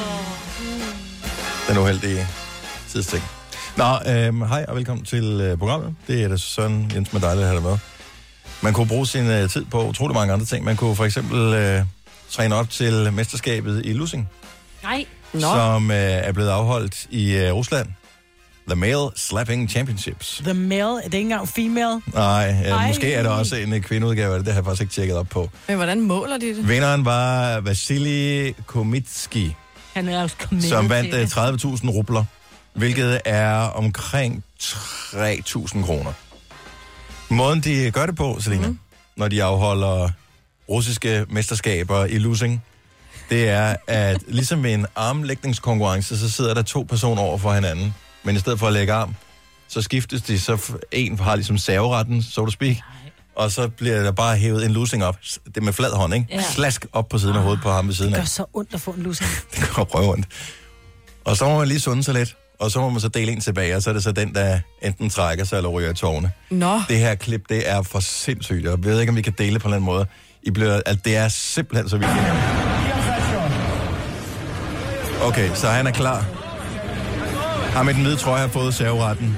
den uheldige tidsting. Nå, hej og velkommen til programmet. Det er da Søren Jens med dejligt at have dig med. Man kunne bruge sin tid på utrolig mange andre ting. Man kunne for eksempel træne op til mesterskabet i lussing. Nej. Som er blevet afholdt i Rusland. The Male Slapping Championships. The male, det er ikke engang female. Nej, måske er det også en kvindeudgave af det. Det har jeg faktisk ikke tjekket op på. Men hvordan måler de det? Vinderen var Vasily Komitski, Han er også kommet som vandt 30.000 rubler, hvilket er omkring 3.000 kroner. Måden de gør det på, Selina, når de afholder russiske mesterskaber i lussing, det er, at ligesom ved en armlægningskonkurrence, så sidder der 2 personer over for hinanden. Men i stedet for at lægge arm, så skiftes de, så en har ligesom serveretten, so to speak, og så bliver der bare hævet en lussing op. Det er med flad hånd, ikke? Ja. Slask op på siden af hovedet på ham ved siden af. Det gør så ondt at få en lussing. Det går røvondt. Og så må man lige sunde sig lidt, og så må man så dele en tilbage, og så er det så den, der enten trækker sig eller ryger i tårne. Nå. Det her klip, det er for sindssygt. Jeg ved ikke, om vi kan dele på en eller anden måde. Det er simpelthen så vildt. Okay, så han er klar. Ham med den hvide trøje har fået serveretten.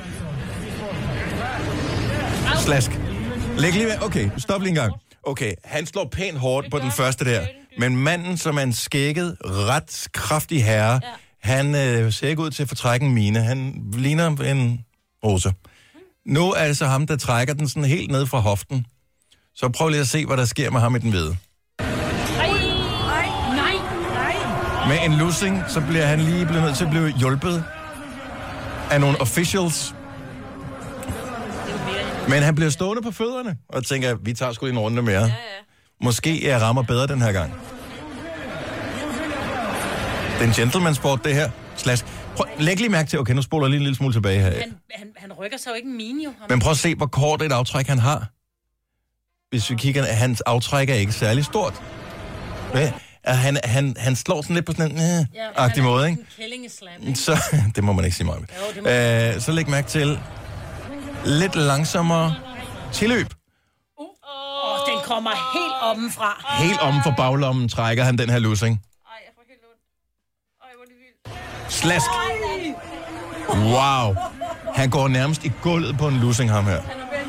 Slask. Læg lige ved. Okay, stop lige en gang. Okay, han slår pænt hårdt på den første der. Men manden, som er en skægget, ret kraftig herre, han ser ikke ud til at fortrække en mine. Han ligner en rose. Nu er det så ham, der trækker den sådan helt ned fra hoften. Så prøv lige at se, hvad der sker med ham i den hvide. Med en lussing, så bliver han lige blevet nødt til at blive hjulpet af nogle officials. Men han bliver stående på fødderne og tænker, vi tager sgu lige en runde mere. Måske jeg rammer bedre den her gang. Det er en gentleman-sport, det her. Slask. Læg lige mærke til, okay, nu spoler jeg lige en lille smule tilbage her. Han rykker sig jo ikke en mini, jo. Men prøv at se, hvor kort et aftræk han har. Hvis vi kigger, hans aftræk er ikke særlig stort. Han slår sådan lidt på sådan en agtig måde, ikke? Så, det må man ikke sige meget. Så læg mærke til lidt langsommere tilløb. Den kommer helt ommenfra. Helt omme for baglommen trækker han den her lussing. Slask. Wow. Han går nærmest i gulvet på en lussing, ham her.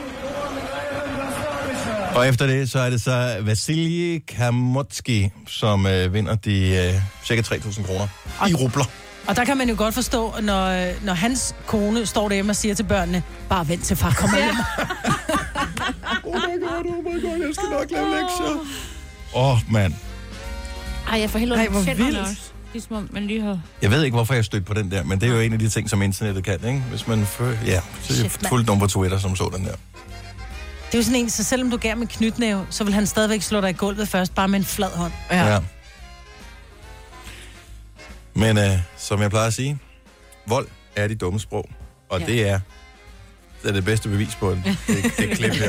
Og efter det, så er det så Vasily Kamotski, som vinder de cirka 3.000 kroner i rubler. Og der kan man jo godt forstå, når hans kone står derhjemme og siger til børnene, bare vent til far kommer hjem. Oh my god, jeg skal nok lave lektier. Mand. Ej, jeg får helt ondt. Hvor vildt. Det er som om, man lige har... Jeg ved ikke, hvorfor jeg stødte på den der, men det er jo en af de ting, som internettet kan, ikke? Hvis man så jeg fulgte nogen på Twitter, som så den der. Det er jo sådan en, så selvom du gav med knytnæve, så vil han stadigvæk slå dig i gulvet først, bare med en flad hånd. Ja. Men som jeg plejer at sige, vold er de dumme sprog, og det er det bedste bevis på det klip her.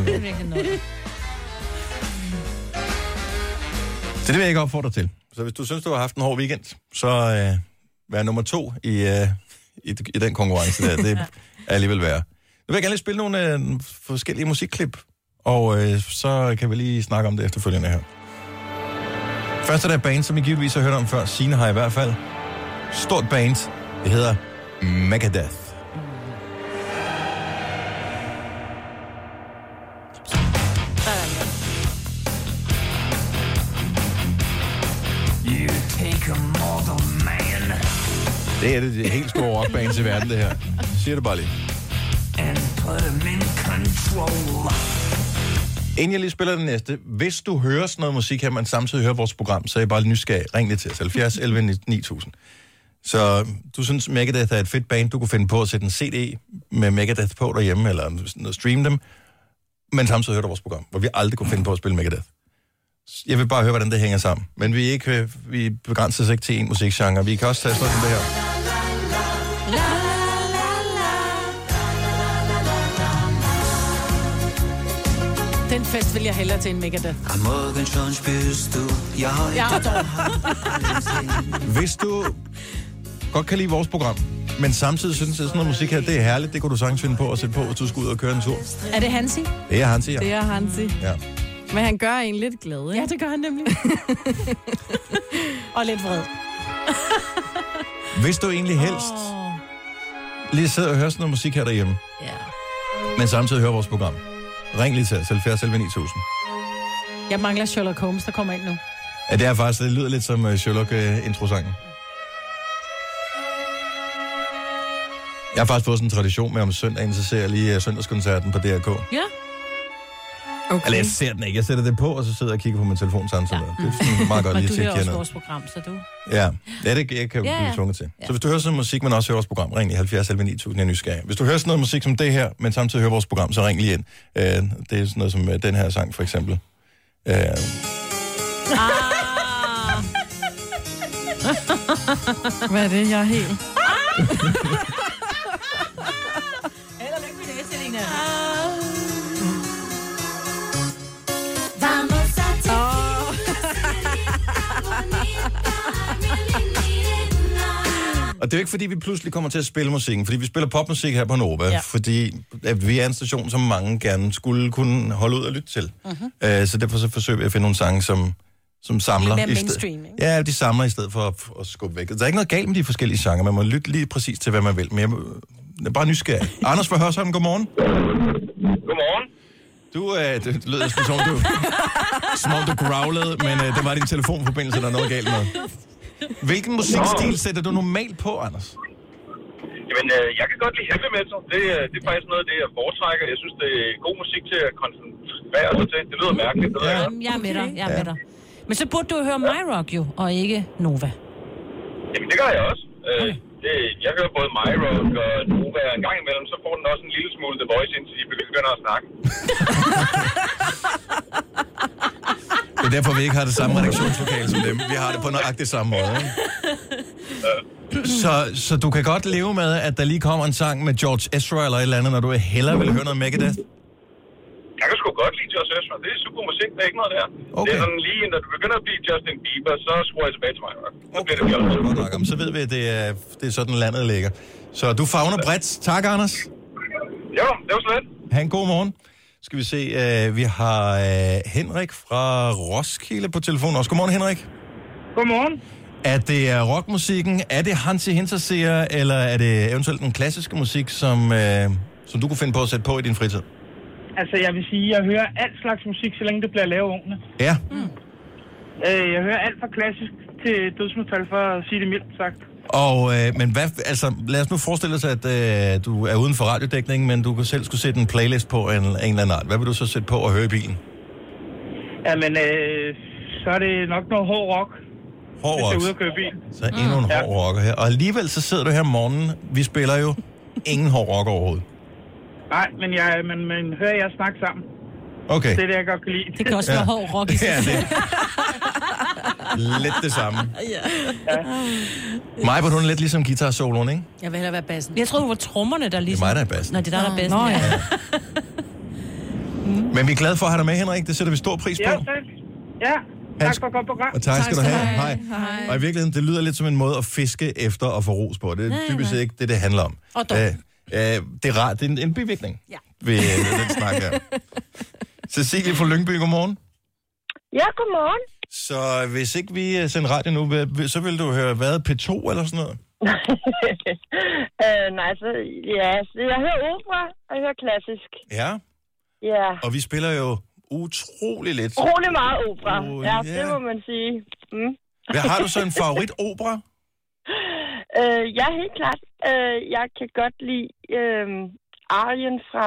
Så det vil jeg ikke opfordre til. Så hvis du synes, du har haft en hård weekend, så vær nummer 2 i den konkurrence der. Det er alligevel værre. Nu vil jeg gerne lige spille nogle forskellige musikklip, og så kan vi lige snakke om det efterfølgende her. Først er der et band, som I givetvis har hørt om før. Signe har i hvert fald. Stort band. Det hedder Megadeth. Det er det helt store rockbands i verden, det her. Siger det bare lige. Inden jeg lige spiller den næste, hvis du hører sådan noget musik her, man samtidig hører vores program, så er jeg bare nysgerrig. Ring lige til os. 70 11 9000. Så du synes, Megadeth er et fedt band, du kunne finde på at sætte en CD med Megadeth på derhjemme, eller streame dem, men samtidig hører du vores program, hvor vi aldrig kunne finde på at spille Megadeth. Jeg vil bare høre, hvordan det hænger sammen. Men vi begrænser os ikke til en musikgenre. Vi kan også tage sådan det her. Den fest vil jeg hellere til en Megadeth. Hvis du godt kan lide vores program, men samtidig synes, at sådan noget musik her, det er herligt, det kunne du sagtens finde på at sætte på, hvis du skulle ud og køre en tur. Er det Hansi? Det er Hansi, ja. Det er Hansi. Ja. Men han gør en lidt glad, ikke? Ja, det gør han nemlig. Og lidt vred. Hvis du egentlig helst lige sidder og hører sådan noget musik her derhjemme, men samtidig hører vores program, ring lige til os, 70 11 9000. Jeg mangler Sherlock Holmes, der kommer ind nu. Ja, det er faktisk, det lyder lidt som Sherlock-introsangen. Jeg har faktisk fået sådan en tradition med om søndagen, så ser jeg lige søndagskoncerten på DRK. Ja. Okay. Eller jeg ser den ikke. Jeg sætter det på, og så sidder jeg og kigger på min telefon samtidig. Ja. Det er sådan meget godt lige at tjekke Men du hører herned. også vores program, så du... Ja, det jeg kan blive tvunget til. Så hvis du hører sådan noget musik, men også hører vores program, ring lige 70 11 9000, jeg er nysgerrig. Hvis du hører sådan noget musik som det her, men samtidig hører vores program, så ring lige ind. Det er sådan noget som den her sang, for eksempel. Hvad er det? Jeg er helt... Held og lykke med det, Selina. Og det er jo ikke, fordi vi pludselig kommer til at spille musikken, fordi vi spiller popmusik her på Nova, fordi vi er en station, som mange gerne skulle kunne holde ud og lytte til. Så derfor så forsøger vi at finde nogle sange, som samler. Lidt mere mainstream, ikke? Ja, de samler i stedet for at skubbe væk. Der er ikke noget galt med de forskellige sange, man må lytte lige præcis til, hvad man vil. Men jeg er bare nysgerrig. Anders fra Hørsholm, godmorgen. Godmorgen. Det lød som om du growlede, men det var din telefonforbindelse, der er noget galt med. Hvilken musikstil sætter du normalt på, Anders? Jamen, jeg kan godt lide heavy metal. Det er faktisk noget af det, jeg foretrækker. Jeg synes, det er god musik til at koncentrere sig til. Det lyder mærkeligt. Det Jeg er med dig. Men så burde du høre My Rock jo, og ikke Nova. Jamen, det gør jeg også. Jeg hører både My Rock og Nova. En gang imellem, så får den også en lille smule The Voice, indtil de begynder at snakke. Det er derfor, vi ikke har det samme redaktionslokale som dem. Vi har det på nøjagtigt samme måde. Ikke? Så du kan godt leve med, at der lige kommer en sang med George Ezra eller et eller andet, når du hellere vil høre noget Megadeth? Jeg kan sgu godt lide George Ezra. Det er super musik, der er ikke noget der. Okay. Det er sådan lige, når du begynder at blive Justin Bieber, så skruer jeg tilbage til mig. Okay, så ved vi, at det er sådan, landet ligger. Så du favner bredt. Tak, Anders. Jo, det var slet. Ha' en god morgen. Skal vi se, vi har Henrik fra Roskilde på telefonen også. Godmorgen, Henrik. Godmorgen. Er det rockmusikken, er det Hansi Hinterseer, eller er det eventuelt den klassiske musik, som du kunne finde på at sætte på i din fritid? Altså, jeg vil sige, jeg hører alt slags musik, så længe det bliver lavet ordentligt. Ja. Jeg hører alt fra klassisk til dødsmetal, for at sige det mildt sagt. Og, men hvad, altså, lad os nu forestille os, at du er uden for radiodækningen, men du kan selv skulle sætte en playlist på en eller anden art. Hvad vil du så sætte på og høre i bilen? Jamen, så er det nok noget hård rock. Hård rock? Hvis jeg er ude at køre bil. Så endnu en hård rocker her. Og alligevel så sidder du her om morgenen. Vi spiller jo ingen hård rock overhovedet. Nej, men hører jeg snakke sammen. Okay. Det er det, jeg godt kan lide. Det kan også være hård rock i sig. Ja, det. Lidt det samme. Mig var hun lidt ligesom guitar-soloen, ikke? Jeg vil hellere være bassen. Jeg tror du var trommerne, der ligesom... Det er mig, der er bassen. Nå, det er der er bassen. Men vi er glade for at have dig med, Henrik. Det sætter vi stor pris på. Ja, tak. Ja, tak for et godt program. Og tak skal du have. Hej. Og i virkeligheden, det lyder lidt som en måde at fiske efter og få ros på. Det er typisk ikke det handler om. Det er rart. Det er en bivirkning ved den snak her. Cecilie fra Lyngby, godmorgen. Ja, godmorgen. Så hvis ikke vi sender radio nu, så vil du høre hvad? P2 eller sådan noget? Nej, så jeg hører opera, og jeg hører klassisk. Ja? Ja. Og vi spiller jo utrolig lidt. Utrolig meget opera. Det må man sige. Hvad har du så en favorit opera? Ja, helt klart. Jeg kan godt lide arien fra,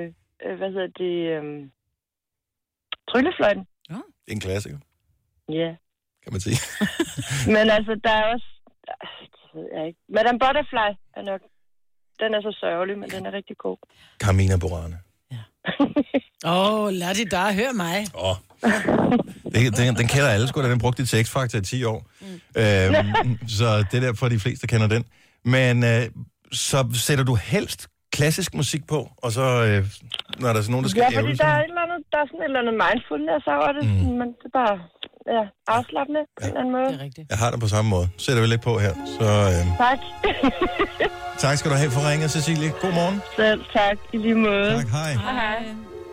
Tryllefløjten. Ja. Det er en klassiker. Ja. Kan man sige. Men altså, der er også... Det ved jeg ikke. Madame Butterfly er nok... Den er så sørgelig, men den er rigtig god. Carmina Burana. lad det da høre mig. Den kender alle sgu, da den brugte i tekstfaktor i 10 år. Så det er derfor, de fleste kender den. Men så sætter du helst klassisk musik på, og så når der er nogen, der skal fordi der er et eller der er sådan et eller andet mindfulness over det, men det er bare afslappende på en eller anden måde. Det er rigtigt. Jeg har det på samme måde. Sætter vi lidt på her. Så, Tak. tak skal du have for ringet, Cecilie. God morgen. Selv tak, i lige måde. Tak, hej. Hej.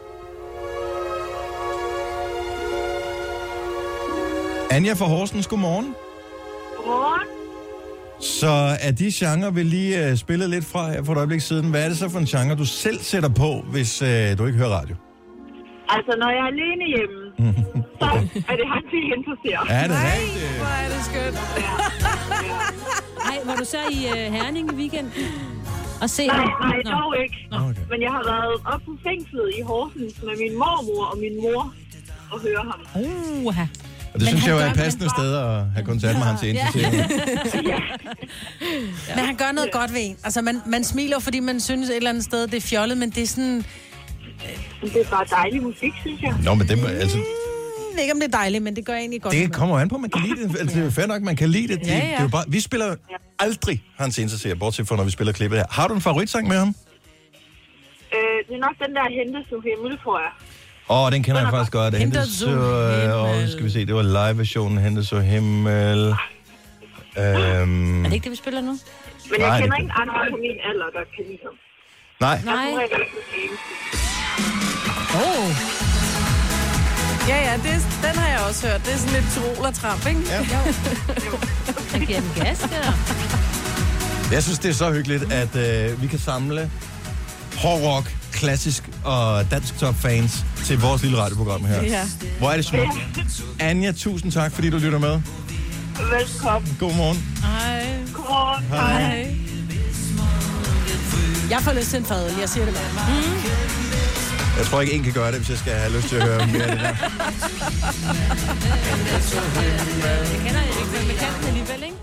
Anja fra Horsens, godmorgen. Godmorgen. Så er de genrer, vi lige spillet lidt fra her for et øjeblik siden. Hvad er det så for en genre, du selv sætter på, hvis du ikke hører radio? Altså, når jeg er alene hjemme, så er det han, der interesserer. Ja, det er rigtigt. Hvor er det skønt. Ej, var du så i Herning i weekenden? Og se Nej, ham? dog ikke. Okay. Men jeg har været op på fængslet i Horsens med min mormor og min mor og høre ham. Og det synes jeg jo er et passende sted at have koncert med hans interesserede. Men han gør noget godt ved en. Altså, man smiler, fordi man synes et eller andet sted, det er fjollet, men det er sådan... Det er bare dejlig musik, synes jeg. Nå, men det altså... Jeg ved ikke, om det er dejligt, men det gør egentlig godt. Det kommer an på, man kan lide det. Altså, det er fair nok, man kan lide det. Det er jo bare... Vi spiller aldrig hans interesserer, bortset fra, når vi spiller klippet her. Har du en favoritsang med ham? Det er nok den der Hente så himmel, tror jeg. Den kender jeg faktisk godt. Hente så himmel. Skal vi se, det var live-versionen. Hente så himmel. Er det ikke det, vi spiller nu? Men jeg kender ikke andre på min alder, der kan lide ham. Nej. Ja, den har jeg også hørt. Det er sådan lidt Tyroler-tramp, ikke? Ja. Jeg giver den gas, der. Jeg synes, det er så hyggeligt, at vi kan samle hård rock, klassisk og dansk top fans til vores lille radioprogram her. Ja. Hvor er det smukt. Anja, tusind tak, fordi du lytter med. Velkommen. God morgen. Hej. Godmorgen. Hej. Jeg får lyst til en fadøl, jeg siger det bare. Jeg tror ikke, en kan gøre det, hvis jeg skal have lyst til at høre mere af det der. Det kender jeg ikke, men man kan den alligevel, ikke?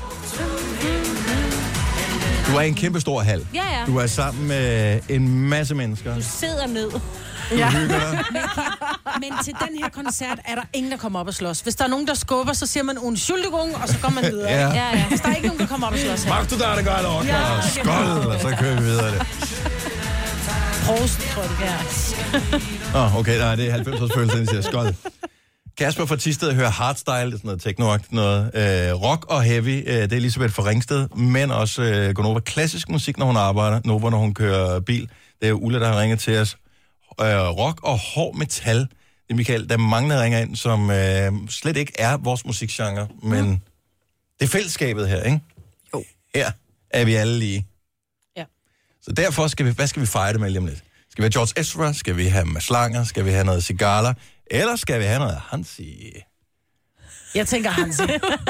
Du er i en kæmpe stor hal. Ja. Du er sammen med en masse mennesker. Du sidder ned. Du hygger dig. Men til den her koncert er der ingen, der kommer op og slås. Hvis der er nogen, der skubber, så siger man Entschuldigung, og så går man videre. Ja. Hvis der er ikke nogen, der kommer op og slås her. Magst du der, det gør det også. Ja. Skål, og så kører vi videre det. Prost, tror jeg det er. Okay, nej, det er 90-års følelse, den siger skål. Kasper fra Thisted hører hardstyle, det er sådan noget techno-agtigt noget. Rock og heavy, det er Elisabeth fra Ringsted, men også Gonova klassisk musik, når hun arbejder. Nova, når hun kører bil. Det er Ulla, der har ringet til os. Rock og hård metal. Det er Michael, der er mange, der ringer ind, som slet ikke er vores musikgenre, men det er fællesskabet her, ikke? Jo. Her er vi alle lige. Ja. Så derfor hvad skal vi fejre det med lige om lidt? Skal vi have George Ezra? Skal vi have Mads Langer? Skal vi have noget Sigala? Eller skal vi have noget Hansi? Jeg tænker Hansi.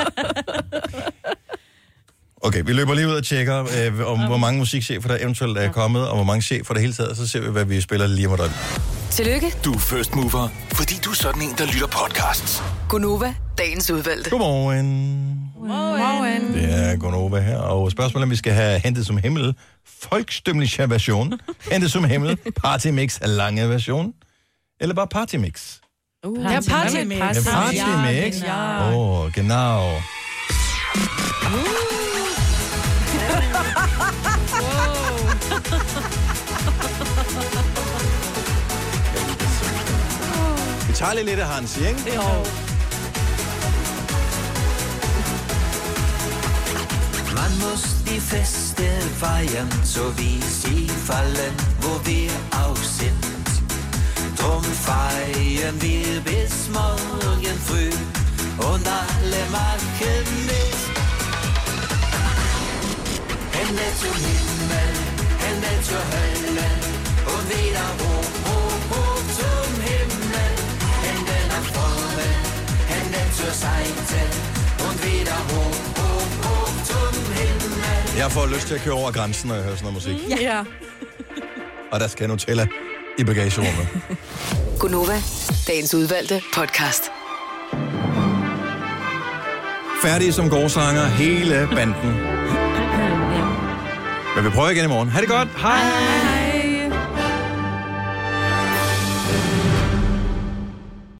Okay, vi løber lige ud og tjekker, om hvor mange musikchefer der eventuelt er kommet, og hvor mange chefer der hele taget, og så ser vi, hvad vi spiller lige om et øjeblik. Tillykke, Du er first mover, fordi du er sådan en, der lytter podcasts. Gunova, dagens udvalgte. Godmorgen. Morgen. Det er Gonova her, og spørgsmålet om vi skal have hentet som himmel, folkstymliche version, hentet som himmel, partymix lange version, eller bare partymix? Ja, partymix. Ja, partymix. Genau. Vi tager lige lidt af Hansi, ikke? Jo. Man muss die Feste feiern, so wie sie fallen, wo wir auch sind. Drum feiern wir bis morgen früh und alle machen mit. Hände zum Himmel, Hände zur Hölle und wieder hoch, hoch, hoch zum Himmel. Hände nach vorne, Hände zur Seite und wieder hoch, hoch, hoch zum Himmel. Jeg får lyst til at køre over grænsen, når jeg hører sådan noget musik. Ja. Og der skal Nutella i bagagerummet. Gunova, dagens udvalgte podcast. Færdige som gårdsanger, hele banden. Men vi prøver igen i morgen. Ha' det godt. Hej. Hej.